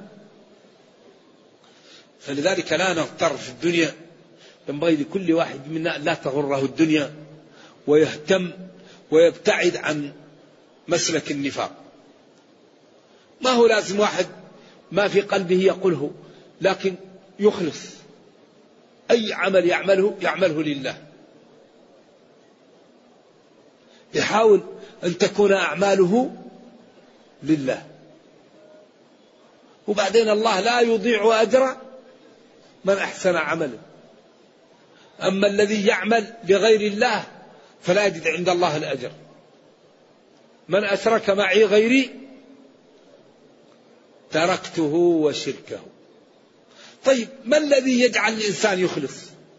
فلذلك لا نغتر في الدنيا، ينبغي لكل واحد منا لا تغره الدنيا، ويهتم ويبتعد عن مسلك النفاق. ما هو لازم واحد ما في قلبه يقوله، لكن يخلص أي عمل يعمله لله، يحاول أن تكون أعماله لله. وبعدين الله لا يضيع أجر من أحسن عملا. أما الذي يعمل لغير الله فلا يجد عند الله الأجر. من أشرك معي غيري تركته وشركه. طيب ما الذي يجعل الإنسان يخلص؟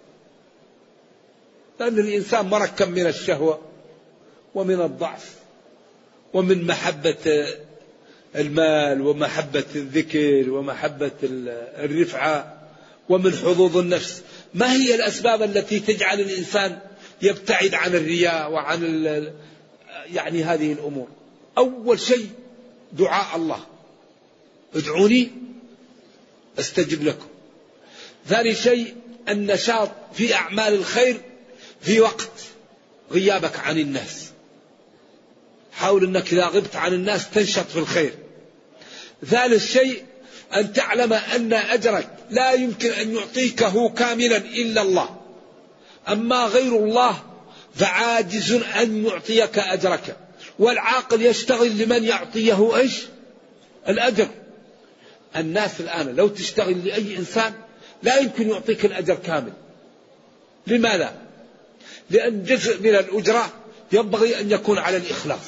لأن الإنسان مركب من الشهوة ومن الضعف ومن محبة المال ومحبة الذكر ومحبة الرفعة ومن حظوظ النفس. ما هي الأسباب التي تجعل الإنسان يبتعد عن الرياء وعن يعني هذه الأمور؟ أول شيء دعاء الله، ادعوني استجب لكم. ثاني شيء النشاط في أعمال الخير في وقت غيابك عن الناس، حاول أنك إذا غبت عن الناس تنشط في الخير. ثالث شيء أن تعلم أن أجرك لا يمكن أن يعطيكه كاملا إلا الله، أما غير الله فعاجز أن يعطيك أجرك. والعاقل يشتغل لمن يعطيه إيش؟ الأجر. الناس الآن لو تشتغل لأي إنسان لا يمكن يعطيك الأجر كامل. لماذا؟ لأن جزء من الأجرة ينبغي أن يكون على الإخلاص،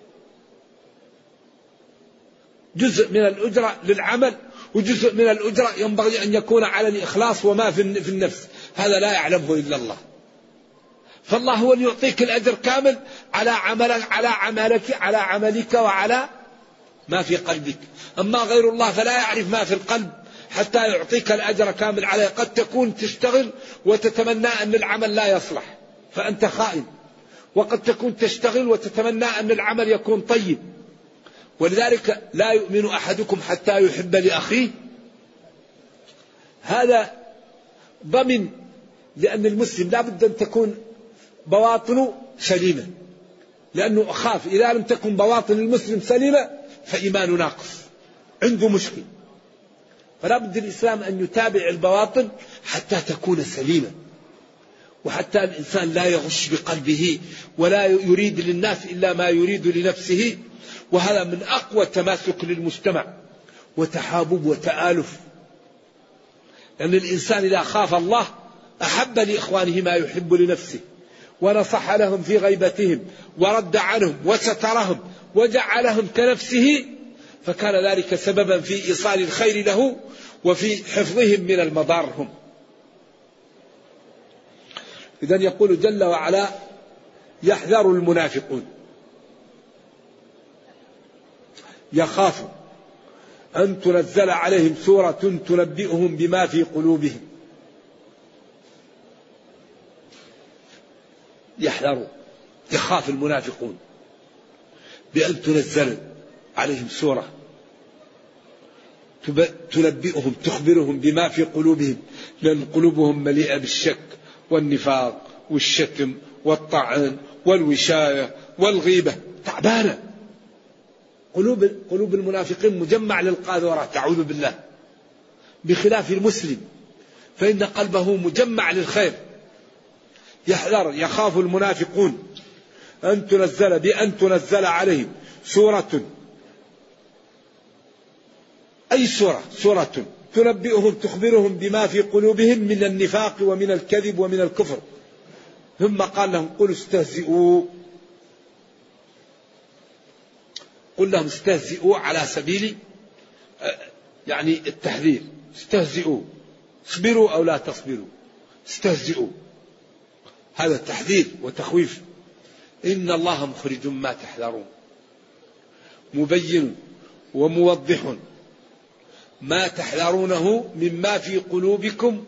جزء من الأجرة للعمل وجزء من الأجرة ينبغي أن يكون على الإخلاص وما في النفس. هذا لا يعلمه إلا الله. فالله هو اللي يعطيك الأجر كامل على عملك وعلى ما في قلبك. أما غير الله فلا يعرف ما في القلب حتى يعطيك الأجر كامل عليه. قد تكون تشتغل وتتمنى أن العمل لا يصلح فأنت خائن، وقد تكون تشتغل وتتمنى أن العمل يكون طيب. ولذلك لا يؤمن أحدكم حتى يحب لأخيه. هذا ضمن، لأن المسلم لا بد أن تكون بواطنه سليمة، لأنه أخاف إذا لم تكن بواطن المسلم سليمة فإيمانه ناقص، عنده مشكل. فلا بد الإسلام أن يتابع البواطن حتى تكون سليمة، وحتى الإنسان لا يغش بقلبه ولا يريد للناس إلا ما يريد لنفسه. وهذا من أقوى تماسك للمجتمع وتحابب وتآلف، لأن الإنسان إذا خاف الله أحب لإخوانه ما يحب لنفسه، ونصح لهم في غيبتهم، ورد عنهم وسترهم وجعلهم كنفسه، فكان ذلك سببا في إيصال الخير له وفي حفظهم من المضار هم. إذن يقول جل وعلا: يحذر المنافقون، يخاف أن تنزل عليهم سورة تنبئهم بما في قلوبهم. يحذروا، يخاف المنافقون بأن تنزل عليهم سورة تنبئهم، تخبرهم بما في قلوبهم، لأن قلوبهم مليئة بالشك والنفاق والشتم والطعن والوشاية والغيبة، تعبانة. قلوب المنافقين مجمع للقاذورات، تعوذ بالله، بخلاف المسلم فإن قلبه مجمع للخير. يحذر، يخاف المنافقون أن تنزل عليهم سورة، أي سورة تنبئهم، تخبرهم بما في قلوبهم من النفاق ومن الكذب ومن الكفر. ثم قال لهم: قل استهزئوا، قل لهم استهزئوا على سبيل يعني التحذير، استهزئوا، اصبروا أو لا تصبروا، استهزئوا، هذا التحذير وتخويف. إن الله مخرج ما تحذرون، مبين وموضح ما تحذرونه مما في قلوبكم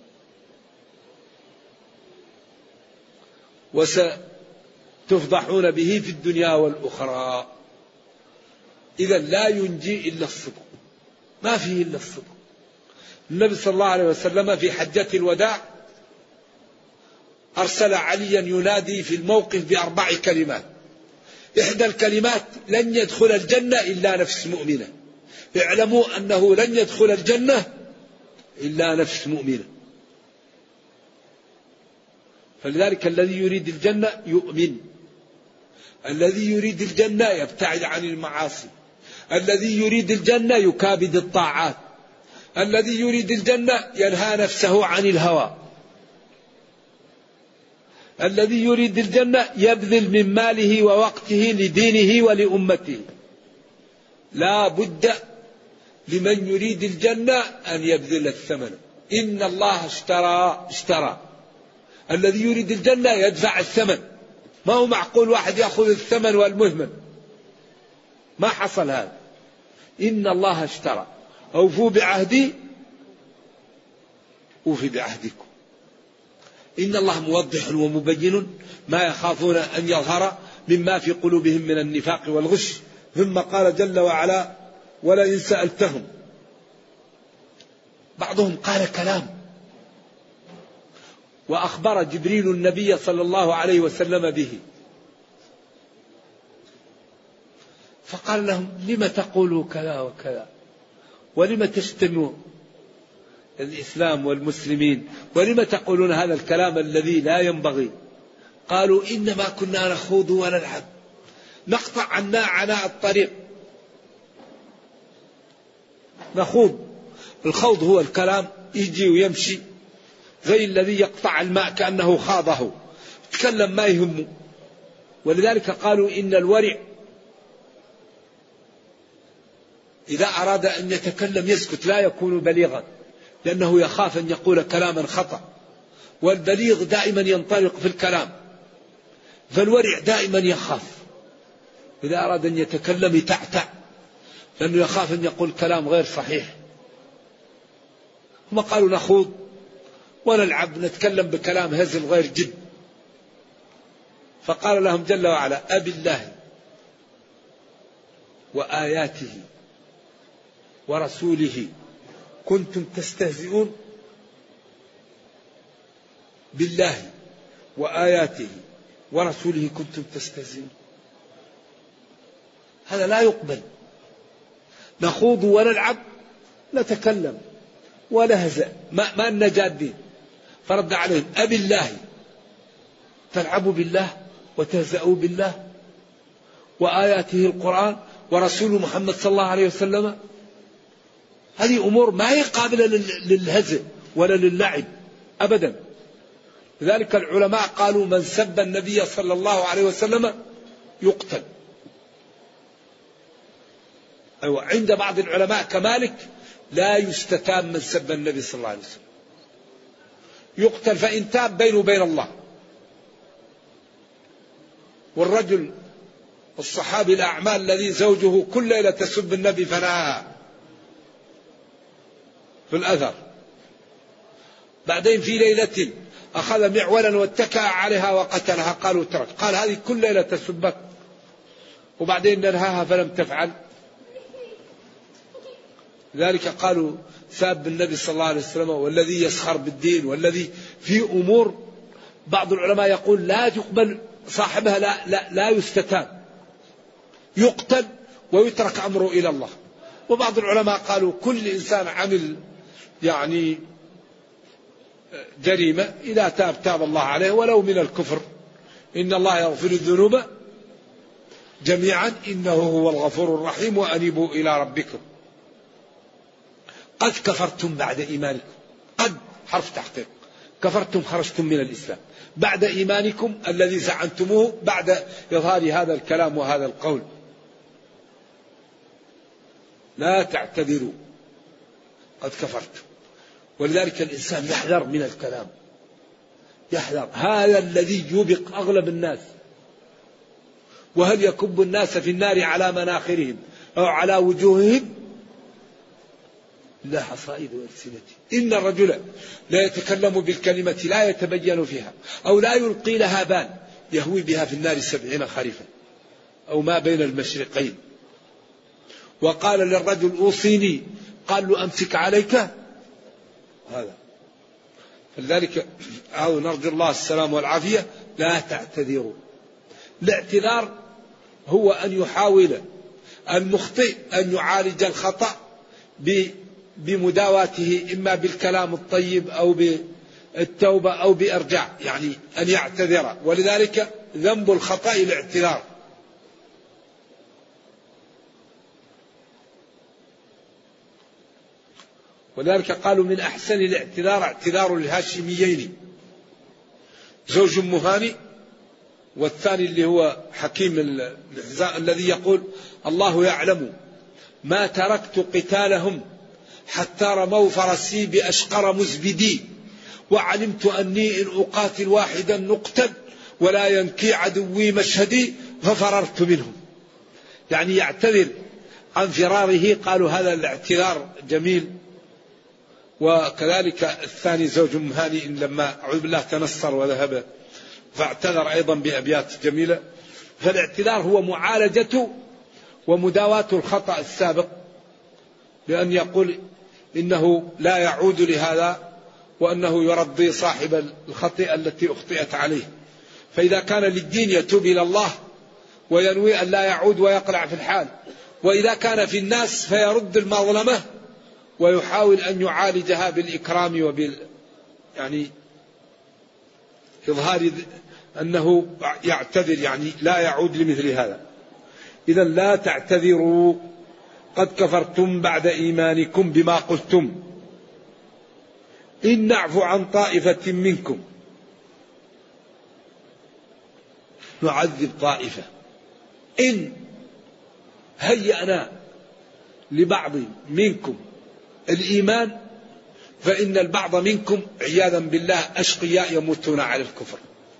وستفضحون به في الدنيا والأخرى. إذا لا ينجي إلا الصدق، ما فيه إلا الصدق. النبي صلى الله عليه وسلم في حجة الوداع أرسل عليا ينادي في الموقف ب4 كلمات. إحدى الكلمات: لن يدخل الجنة إلا نفس مؤمنة. اعلموا أنه لن يدخل الجنة إلا نفس مؤمنة. فلذلك الذي يريد الجنة يؤمن، الذي يريد الجنة يبتعد عن المعاصي، الذي يريد الجنة يكابد الطاعات، الذي يريد الجنة ينهى نفسه عن الهوى، الذي يريد الجنة يبذل من ماله ووقته لدينه ولأمته. لا بد لمن يريد الجنة أن يبذل الثمن. إن الله اشترى. الذي يريد الجنة يدفع الثمن. ما هو معقول واحد يأخذ الثمن والمهمل، ما حصل هذا. إن الله اشترى، أوفوا بعهدي أوفي بعهدكم. إن الله موضح ومبين ما يخافون أن يظهر مما في قلوبهم من النفاق والغش. ثم قال جل وعلا: ولئن سألتهم. بعضهم قال كلام، وأخبر جبريل النبي صلى الله عليه وسلم به، فقال لهم: لم تقولوا كذا وكذا، ولم تشتموا الإسلام والمسلمين، ولم تقولون هذا الكلام الذي لا ينبغي؟ قالوا: إنما كنا نخوض ونلعب، نقطع عنا عناء الطريق. نخوض، الخوض هو الكلام يجي ويمشي زي الذي يقطع الماء كأنه خاضه، تكلم ما يهمه. ولذلك قالوا إن الورع إذا أراد أن يتكلم يسكت، لا يكون بليغا، لأنه يخاف أن يقول كلاما خطأ. والبليغ دائما ينطلق في الكلام، فالورع دائما يخاف إذا أراد أن يتكلم يتعتع، لأنه يخاف أن يقول كلام غير صحيح. هم قالوا نخوض ونلعب، نتكلم بكلام هزل غير جد. فقال لهم جل وعلا: أبي الله وآياته ورسوله كنتم تستهزئون؟ بالله وآياته ورسوله كنتم تستهزئون، هذا لا يقبل. نخوض ونلعب نتكلم ونهزأ ما النجاة دين. فرد عليهم أبي الله تلعبوا بالله وتهزأوا بالله وآياته القرآن ورسول محمد صلى الله عليه وسلم. هذه أمور ما هي قابلة للهزء ولا للعب أبدا. لذلك العلماء قالوا من سب النبي صلى الله عليه وسلم يقتل. أيوة عند بعض العلماء كمالك لا يستتاب من سب النبي صلى الله عليه وسلم، يقتل فإن تاب بينه وبين الله. والرجل الصحابي الأعمال الذي زوجه كل ليلة تسب النبي فنهاها في الأثر، بعدين في ليلة أخذ معولا واتكأ عليها وقتلها، قالوا ترك، قال هذه كل ليلة تسبك، وبعدين ننهاها فلم تفعل. ذلك قالوا ساب النبي صلى الله عليه وسلم والذي يسخر بالدين والذي في أمور بعض العلماء يقول لا يقبل صاحبها، لا يستتاب، يقتل ويترك أمره إلى الله. وبعض العلماء قالوا كل إنسان عمل يعني جريمة إذا تاب الله عليه ولو من الكفر، إن الله يغفر الذنوب جميعا إنه هو الغفور الرحيم وأنيبوا إلى ربكم. قد كفرتم بعد إيمانكم، قد حرف تحقيق، كفرتم خرجتم من الإسلام بعد إيمانكم الذي زعمتموه بعد إظهار هذا الكلام وهذا القول. لا تعتذروا قد كفرتم. ولذلك الإنسان يحذر من الكلام، يحذر. هذا الذي يوبق أغلب الناس. وهل يكب الناس في النار على مناخرهم أو على وجوههم؟ لا حصائد ألسنتهم. إن الرجل لا يتكلم بالكلمة لا يتبين فيها أو لا يلقي لها بال يهوي بها في النار 70 خريفا أو ما بين المشرقين. وقال للرجل أوصيني، قال له أمسك عليك هذا. فلذلك نرجو الله السلام والعافية. لا تعتذروا. الاعتذار هو أن يحاول المخطئ أن يعالج الخطأ بمداواته، إما بالكلام الطيب أو بالتوبة أو بإرجاع، يعني أن يعتذر. ولذلك ذنب الخطأ الاعتذار. ولذلك قالوا من أحسن الاعتذار اعتذار الهاشميين، زوج أم هاني والثاني اللي هو حكيم الحزام الذي يقول الله يعلم ما تركت قتالهم حتى رموا فرسي بأشقر مزبدي وعلمت أني إن أقاتل واحدا نقتل ولا ينكي عدوي مشهدي ففررت منهم. يعني يعتذر عن فراره. قالوا هذا الاعتذار جميل. وكذلك الثاني زوج أم هاني لما أعوذ بالله تنصر وذهب فاعتذر أيضا بأبيات جميلة. فالاعتذار هو معالجة ومداواة الخطأ السابق بأن يقول إنه لا يعود لهذا وأنه يرضي صاحب الخطيئة التي أخطئت عليه. فإذا كان للدين يتوب إلى الله وينوي أن لا يعود ويقلع في الحال، وإذا كان في الناس فيرد المظلمة ويحاول أن يعالجها بالإكرام يعني إظهار أنه يعتذر، يعني لا يعود لمثل هذا. إذا لا تعتذروا قد كفرتم بعد إيمانكم بما قلتم إن نعفو عن طائفة منكم نعذب طائفة. إن هيأنا لبعض منكم الإيمان فإن البعض منكم عياذا بالله أشقياء يموتون على الكفر،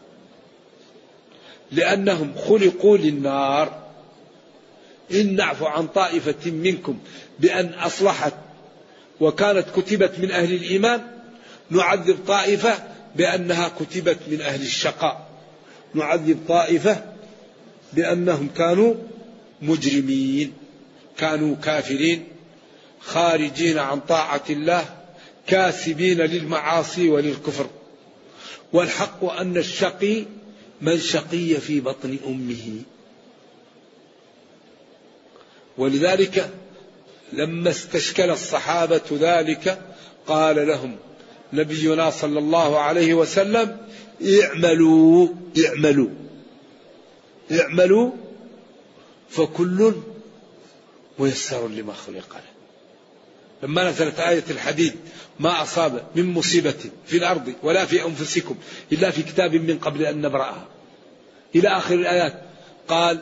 لأنهم خلقوا للنار. إن نعفو عن طائفة منكم بأن أصلحت وكانت كتبت من أهل الإيمان نعذب طائفة بأنها كتبت من أهل الشقاء، نعذب طائفة بأنهم كانوا مجرمين، كانوا كافرين خارجين عن طاعة الله كاسبين للمعاصي وللكفر. والحق أن الشقي من شقي في بطن أمه. ولذلك لما استشكل الصحابة ذلك قال لهم نبينا صلى الله عليه وسلم اعملوا اعملوا اعملوا فكل ميسر لما خلق له. لما نزلت آية الحديد ما أصاب من مصيبة في الأرض ولا في أنفسكم إلا في كتاب من قبل أن نبرأها إلى آخر الآيات قال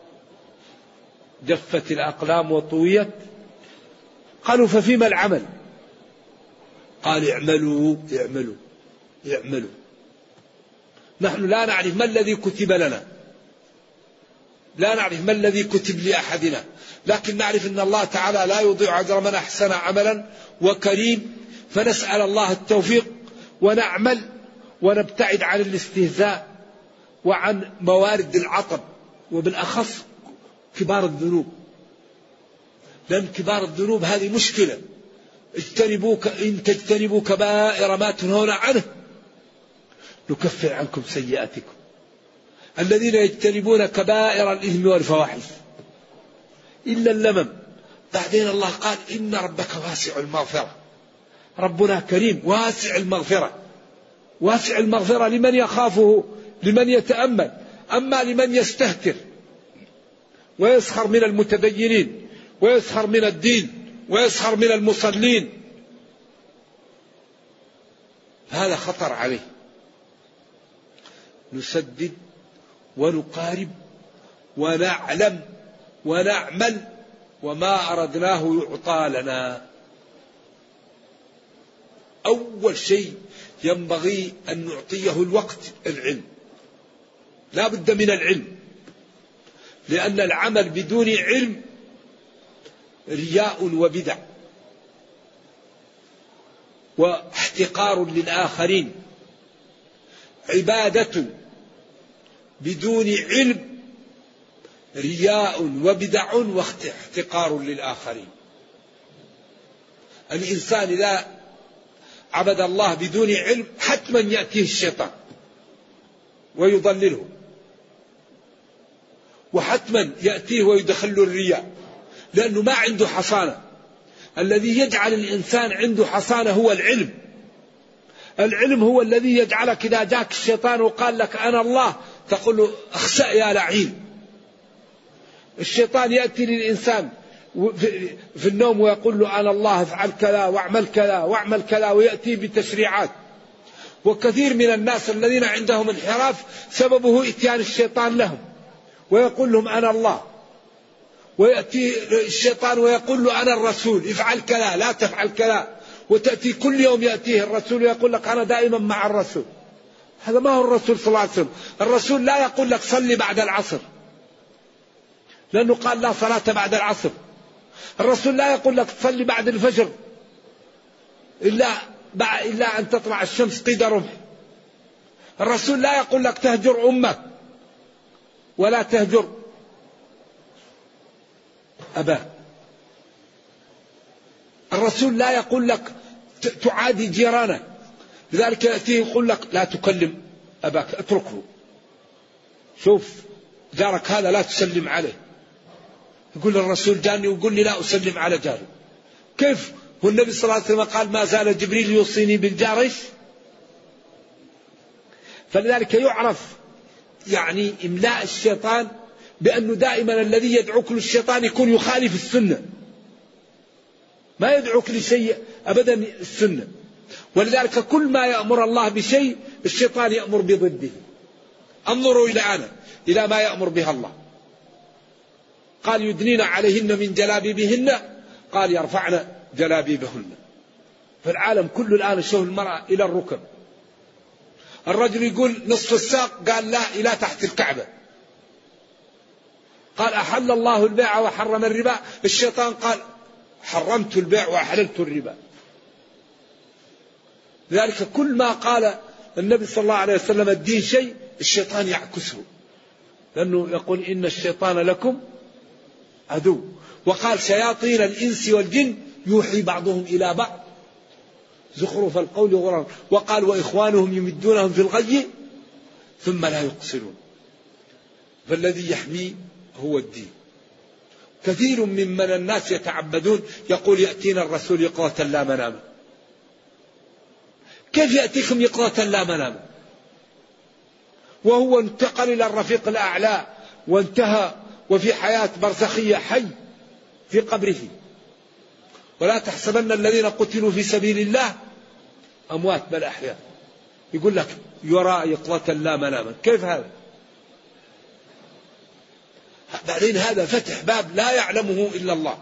جفت الأقلام وطويت. قالوا ففيما العمل؟ قال اعملوا اعملوا اعملوا. نحن لا نعرف ما الذي كتب لنا، لا نعرف ما الذي كتب لأحدنا، لكن نعرف أن الله تعالى لا يضيع أجر من أحسن عملا وكريم. فنسأل الله التوفيق ونعمل ونبتعد عن الاستهزاء وعن موارد العطب، وبالأخص كبار الذنوب، لأن كبار الذنوب هذه مشكلة. إن تجتنبوا كبائر ما تنهون عنه نكفر عنكم سيئاتكم. الذين يجتنبون كبائر الإثم والفواحش إلا اللمم. بعدين الله قال إن ربك واسع المغفرة. ربنا كريم واسع المغفرة، واسع المغفرة لمن يخافه لمن يتأمل. أما لمن يستهتر ويسخر من المتدينين ويسخر من الدين ويسخر من المصلين هذا خطر عليه. نسدد ونقارب ونعلم ونعمل وما أردناه يعطى لنا. أول شيء ينبغي أن نعطيه الوقت العلم، لا بد من العلم، لأن العمل بدون علم رياء وبدع واحتقار للآخرين. عبادة بدون علم رياء وبدع واحتقار للآخرين. الإنسان إذا عبد الله بدون علم حتما يأتيه الشيطان ويضلله، وحتما يأتيه ويدخله الرياء، لأنه ما عنده حصانة. الذي يجعل الإنسان عنده حصانة هو العلم. العلم هو الذي يجعلك إذا جاك الشيطان وقال لك أنا الله تقول له اخسأ يا لعين. الشيطان يأتي للإنسان في النوم ويقول له أنا الله افعل كذا واعمل كذا واعمل كذا، ويأتي بتشريعات. وكثير من الناس الذين عندهم انحراف سببه إتيان الشيطان لهم ويقول لهم أنا الله، ويأتي الشيطان ويقول له أنا الرسول افعل كذا لا تفعل كذا، وتأتي كل يوم يأتيه الرسول ويقول لك أنا دائما مع الرسول. هذا ما هو الرسول صلى الله عليه وسلم. الرسول لا يقول لك صلي بعد العصر، لأنه قال لا صلاة بعد العصر. الرسول لا يقول لك تصلي بعد الفجر إلا أن تطلع الشمس قيد رمح. الرسول لا يقول لك تهجر أمك ولا تهجر أباك. الرسول لا يقول لك تعادي جيرانك، لذلك يأتيه يقول لك لا تكلم أباك اتركه، شوف جارك هذا لا تسلم عليه. يقول الرسول جاني ويقول لي لا أسلم على جاري. كيف؟ والنبي صلى الله عليه وسلم قال ما زال جبريل يوصيني بالجار. فلذلك يعرف يعني إملاء الشيطان بأنه دائما الذي يدعوك للشيطان يكون يخالف السنة، ما يدعوك لشيء أبدا السنة. ولذلك كل ما يأمر الله بشيء الشيطان يأمر بضده. انظروا إلى ما يأمر بها الله. قال يدنين عليهن من جلابيبهن، قال يرفعن جلابيبهن. فالعالم كله الآن يشوه المرأة إلى الركب. الرجل يقول نصف الساق، قال لا إلى تحت الكعبة. قال أحل الله البيع وحرم الربا، الشيطان قال حرمت البيع وأحللت الربا. لذلك كل ما قال النبي صلى الله عليه وسلم الدين شيء الشيطان يعكسه، لأنه يقول إن الشيطان لكم عدو. وقال شياطين الإنس والجن يوحي بعضهم إلى بعض زخرف القول غرورا. وقال وإخوانهم يمدونهم في الغي ثم لا يقصرون. فالذي يحمي هو الدين. كثير ممن الناس يتعبدون يقول يأتينا الرسول يقظة لا منام. كيف يأتيكم يقظة لا منام وهو انتقل إلى الرفيق الأعلى وانتهى وفي حياة برزخية حي في قبره؟ ولا تحسبن الذين قتلوا في سبيل الله أموات بل أحياء. يقول لك يرى يقظة لا مناما، كيف هذا؟ بعدين هذا فتح باب لا يعلمه إلا الله.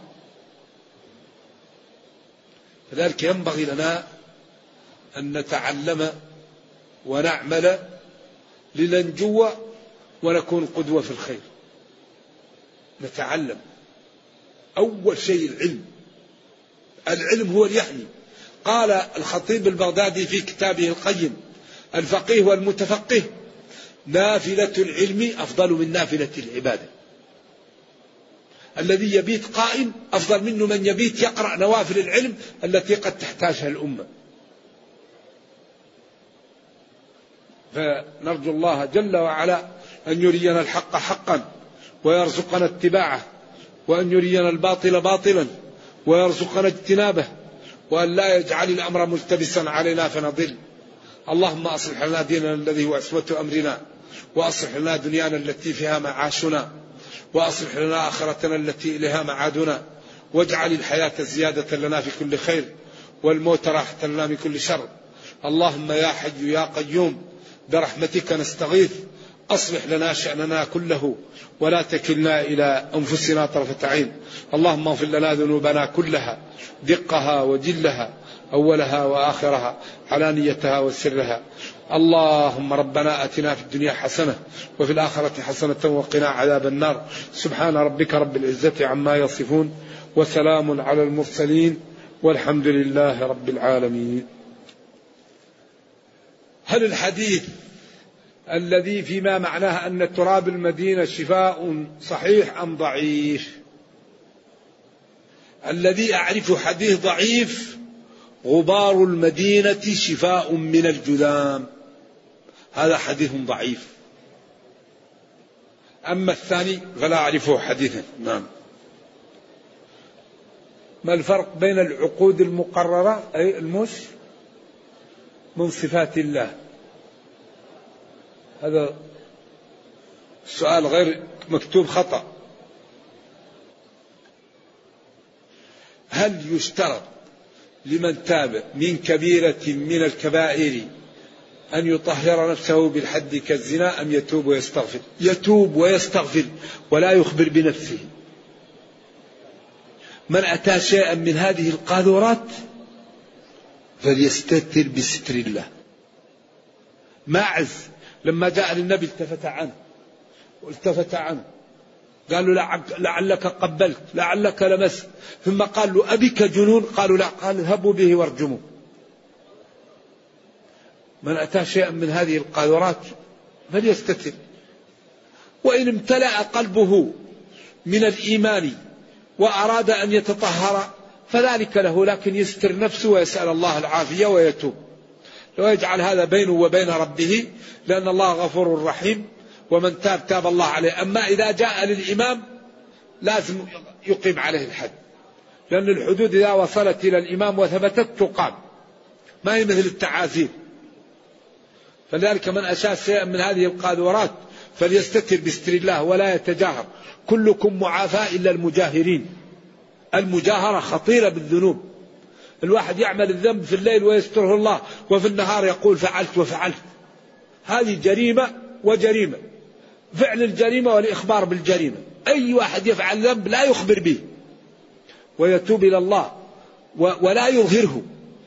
لذلك ينبغي لنا أن نتعلم ونعمل لننجو ونكون قدوة في الخير. نتعلم أول شيء العلم. العلم هو اليحيي. قال الخطيب البغدادي في كتابه القيم: الفقيه والمتفقه نافلة العلم أفضل من نافلة العبادة. الذي يبيت قائم أفضل منه من يبيت يقرأ نوافل العلم التي قد تحتاجها الأمة. فنرجو الله جل وعلا أن يرينا الحق حقا ويرزقنا اتباعه، وأن يرينا الباطل باطلا ويرزقنا اجتنابه، وأن لا يجعل الأمر ملتبسا علينا فنضل. اللهم أصلح لنا ديننا الذي هو عصمة أمرنا، وأصلح لنا دنيانا التي فيها معاشنا، وأصلح لنا آخرتنا التي إليها معادنا، واجعل الحياة زيادة لنا في كل خير والموت راحة لنا من كل شر. اللهم يا حي يا قيوم برحمتك نستغيث، أصلح لنا شأننا كله ولا تكلنا إلى أنفسنا طرفة عين. اللهم اغفر لنا ذنوبنا كلها دقها وجلها أولها وآخرها علانيتها وسرها. اللهم ربنا آتنا في الدنيا حسنة وفي الآخرة حسنة وقنا عذاب النار. سبحان ربك رب العزة عما يصفون وسلام على المرسلين والحمد لله رب العالمين. هل الحديث الذي فيما معناه أن تراب المدينة شفاء صحيح أم ضعيف؟ الذي أعرف حديث ضعيف: غبار المدينة شفاء من الجذام، هذا حديث ضعيف. أما الثاني فلا أعرفه حديثا. نعم. ما الفرق بين العقود المقررة أي المش من صفات الله؟ هذا السؤال غير مكتوب خطأ. هل يشترط لمن تاب من كبيرة من الكبائر أن يطهر نفسه بالحد كالزنا أم يتوب ويستغفر؟ يتوب ويستغفر ولا يخبر بنفسه. من أتى شيئا من هذه القاذورات فليستتر بستر الله. ماعز لما جاء للنبي التفت عنه قالوا لعلك قبلت لعلك لمست، ثم قال له أبك جنون؟ قالوا لا. قال اذهبوا به وارجموا. من أتى شيئا من هذه القاذورات فليستتر. وإن امتلأ قلبه من الإيمان وأراد أن يتطهر فذلك له، لكن يستر نفسه ويسأل الله العافية ويتوب ويجعل هذا بينه وبين ربه، لأن الله غفور رحيم، ومن تاب تاب الله عليه. أما إذا جاء للإمام لازم يقيم عليه الحد، لأن الحدود إذا وصلت إلى الإمام وثبتت تقام، ما هي مثل التعازير. فلذلك من أشاء شيئا من هذه القاذورات فليستتر بستر الله ولا يتجاهر. كلكم معافى إلا المجاهرين. المجاهرة خطيرة بالذنوب. الواحد يعمل الذنب في الليل ويستره الله، وفي النهار يقول فعلت وفعلت. هذه جريمة وجريمة، فعل الجريمة والإخبار بالجريمة. أي واحد يفعل ذنب لا يخبر به ويتوب إلى الله ولا يظهره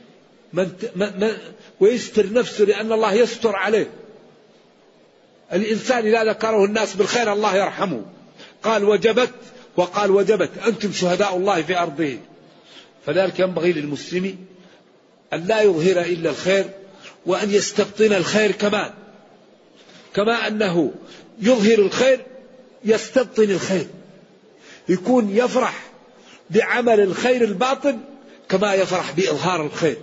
ويستر نفسه، لأن الله يستر عليه. الإنسان إذا ذكره الناس بالخير الله يرحمه. قال وجبت وقال وجبت، أنتم شهداء الله في أرضه. فذلك ينبغي للمسلم أن لا يظهر إلا الخير، وأن يستبطن الخير كما أنه يظهر الخير يستبطن الخير، يكون يفرح بعمل الخير الباطن كما يفرح بإظهار الخير.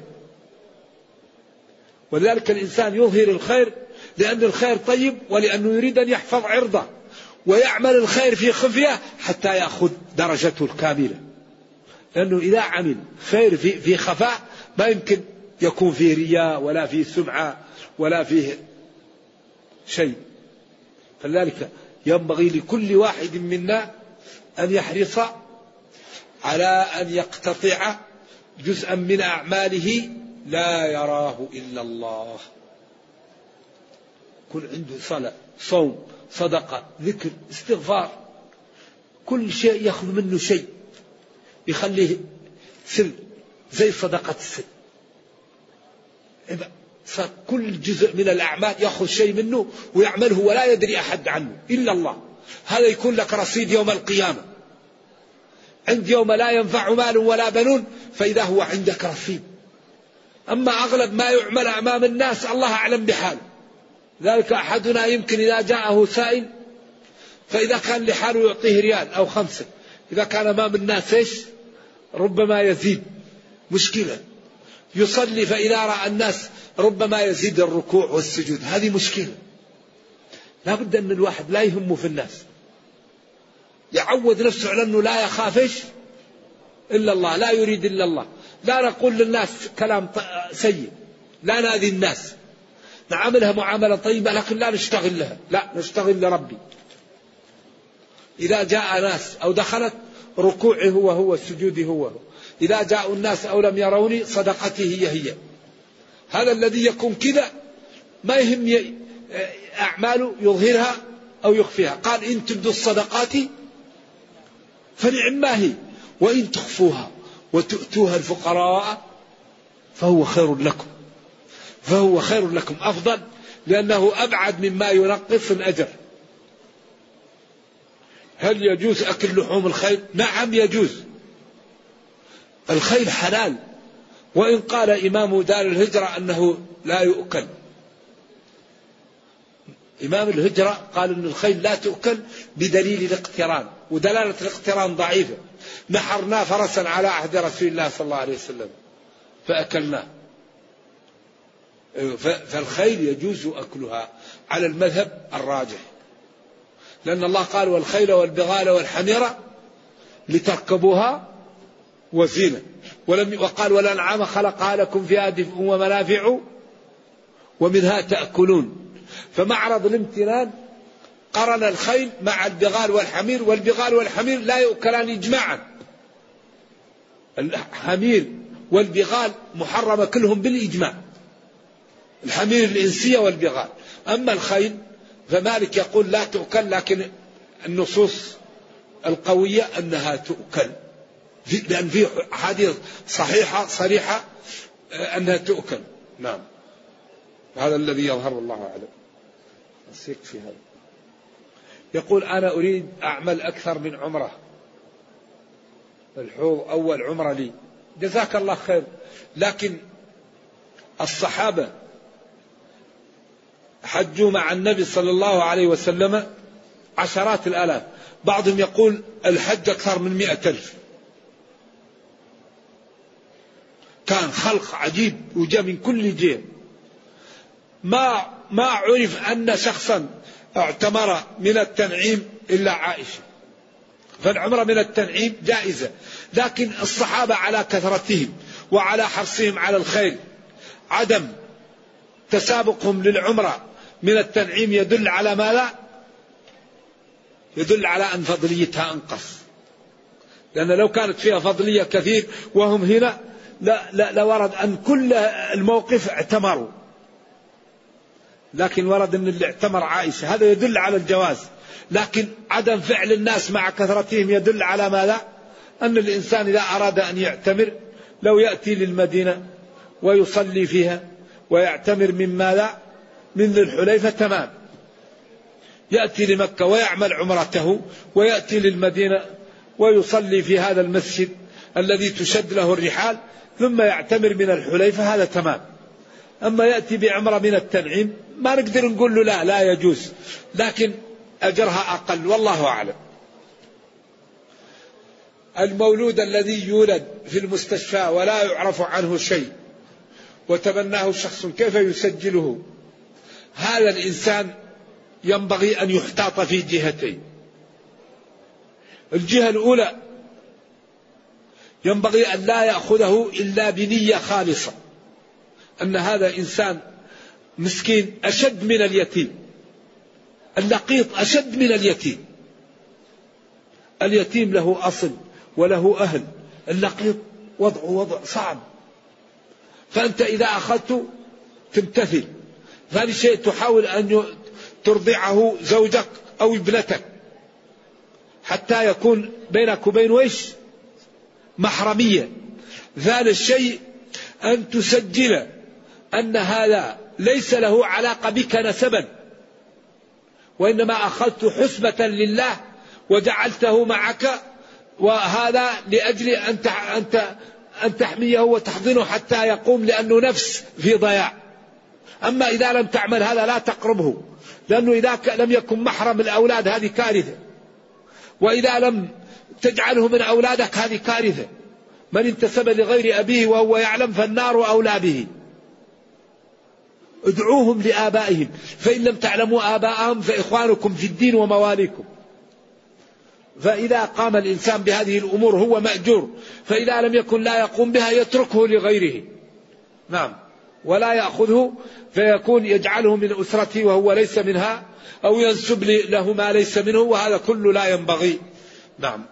ولذلك الإنسان يظهر الخير لأن الخير طيب، ولأنه يريد أن يحفظ عرضه، ويعمل الخير في خفية حتى يأخذ درجته الكاملة. لأنه إذا عمل خير في خفاء ما يمكن يكون فيه رياء ولا فيه سمعة ولا فيه شيء. فلذلك ينبغي لكل واحد منا أن يحرص على أن يقتطع جزءا من أعماله لا يراه إلا الله. كل عنده صلاة، صوم، صدقة، ذكر، استغفار، كل شيء يأخذ منه شيء يخليه سر زي صدقة السر. كل جزء من الأعمال يأخذ شيء منه ويعمله ولا يدري أحد عنه إلا الله. هذا يكون لك رصيد يوم القيامة، عند يوم لا ينفع مال ولا بنون، فإذا هو عندك رصيد. أما أغلب ما يعمل أمام الناس الله أعلم بحاله. ذلك أحدنا يمكن إذا جاءه سائل فإذا كان لحاله يعطيه ريال أو 5، إذا كان أمام الناس إيش ربما يزيد. مشكلة. يصلي فإذا رأى الناس ربما يزيد الركوع والسجود. هذه مشكلة. لا بد أن الواحد لا يهمه في الناس، يعود نفسه على أنه لا يخافش إلا الله، لا يريد إلا الله. لا نقول للناس كلام سيء، لا نأذي الناس، نعاملها معاملة طيبة، لكن لا نشتغل لها، لا نشتغل لربي. إذا جاء ناس أو دخلت ركوعه هو سجوده هو. إذا جاءوا الناس أو لم يروني صدقتي هي. هذا الذي يكون كذا ما يهم أعماله يظهرها أو يخفيها. قال إن تبدوا الصدقات فنعم هي وإن تخفوها وتؤتوها الفقراء فهو خير لكم. فهو خير لكم أفضل، لأنه أبعد مما ينقص الأجر. هل يجوز أكل لحوم الخيل؟ نعم يجوز. الخيل حلال، وإن قال إمام دار الهجرة أنه لا يؤكل. إمام الهجرة قال أن الخيل لا تؤكل بدليل الاقتران، ودلالة الاقتران ضعيفة. نحرنا فرسا على عهد رسول الله صلى الله عليه وسلم فأكلناه. فالخيل يجوز أكلها على المذهب الراجح، لأن الله قال والخيل والبغال والحمير لتركبوها وزينة، وقال والأنعام خلقها لكم فيها دفء ومنافع ومنها تأكلون. فمعرض الامتنان قرن الخيل مع البغال والحمير، والبغال والحمير لا يؤكلان إجماعا. الحمير والبغال محرمة كلهم بالإجماع، الحمير الإنسية والبغال. أما الخيل فمالك يقول لا تؤكل، لكن النصوص القوية أنها تؤكل، لأن في حديث صحيحة صريحة أنها تؤكل. نعم، هذا الذي يظهر الله أعلم. يكفي هذا. يقول أنا أريد أعمل أكثر من عمرة، الحوض أول عمرة لي. جزاك الله خير. لكن الصحابة حجوا مع النبي صلى الله عليه وسلم عشرات الآلاف، بعضهم يقول الحج أكثر من 100,000. كان خلق عجيب وجاء من كل جهة. ما عرف أن شخصا اعتمر من التنعيم إلا عائشة. فالعمرة من التنعيم جائزة، لكن الصحابة على كثرتهم وعلى حرصهم على الخير عدم تسابقهم للعمرة من التنعيم يدل على ما لا يدل على أن فضليتها أنقص. لأن لو كانت فيها فضلية كثير وهم هنا لورد أن كل الموقف اعتمروا، لكن ورد أن اللي اعتمر عائشة، هذا يدل على الجواز. لكن عدم فعل الناس مع كثرتهم يدل على ماذا؟ أن الإنسان إذا أراد أن يعتمر لو يأتي للمدينة ويصلي فيها ويعتمر من ماذا؟ من ذي الحليفة تمام. يأتي لمكة ويعمل عمرته ويأتي للمدينة ويصلي في هذا المسجد الذي تشد له الرحال ثم يعتمر من الحليفة، هذا تمام. أما يأتي بعمرة من التنعيم ما نقدر نقول له لا يجوز، لكن أجرها أقل والله أعلم. المولود الذي يولد في المستشفى ولا يعرف عنه شيء وتبناه شخص كيف يسجله؟ هذا الإنسان ينبغي أن يحتاط في جهتين. الجهة الأولى ينبغي أن لا يأخذه إلا بنية خالصة، أن هذا إنسان مسكين أشد من اليتيم، اللقيط أشد من اليتيم. اليتيم له أصل وله أهل، اللقيط وضع صعب. فأنت إذا أخذت تمتثل. ثاني شيء تحاول أن ترضعه زوجك أو ابنتك حتى يكون بينك وبين ويش محرمية. ثالث شيء أن تسجل أن هذا ليس له علاقة بك نسبا، وإنما أخذت حسبة لله وجعلته معك، وهذا لأجل أن تحميه وتحضنه حتى يقوم، لأنه نفس في ضياع. أما إذا لم تعمل هذا لا تقربه، لأنه إذا لم يكن محرم الأولاد هذه كارثة، وإذا لم تجعله من أولادك هذه كارثة. من انتسب لغير أبيه وهو يعلم فالنار أولى به. ادعوهم لآبائهم، فإن لم تعلموا آباءهم فإخوانكم في الدين ومواليكم. فإذا قام الإنسان بهذه الأمور هو مأجور، فإذا لم يكن لا يقوم بها يتركه لغيره. نعم، ولا يأخذه فيكون يجعله من أسرته وهو ليس منها، أو ينسب له ما ليس منه، وهذا كله لا ينبغي. نعم.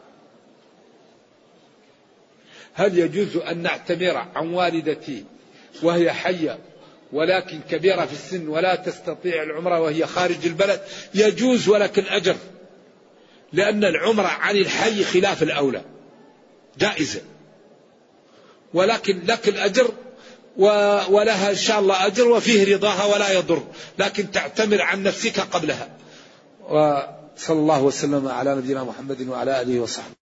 هل يجوز أن نعتمر عن والدتي وهي حية ولكن كبيرة في السن ولا تستطيع العمرة وهي خارج البلد؟ يجوز ولكن أجر، لأن العمرة عن الحي خلاف الأولى جائزة، ولكن لك الأجر ولها إن شاء الله أجر وفيه رضاها ولا يضر، لكن تعتمر عن نفسك قبلها. وصلى الله وسلم على نبينا محمد وعلى آله وصحبه.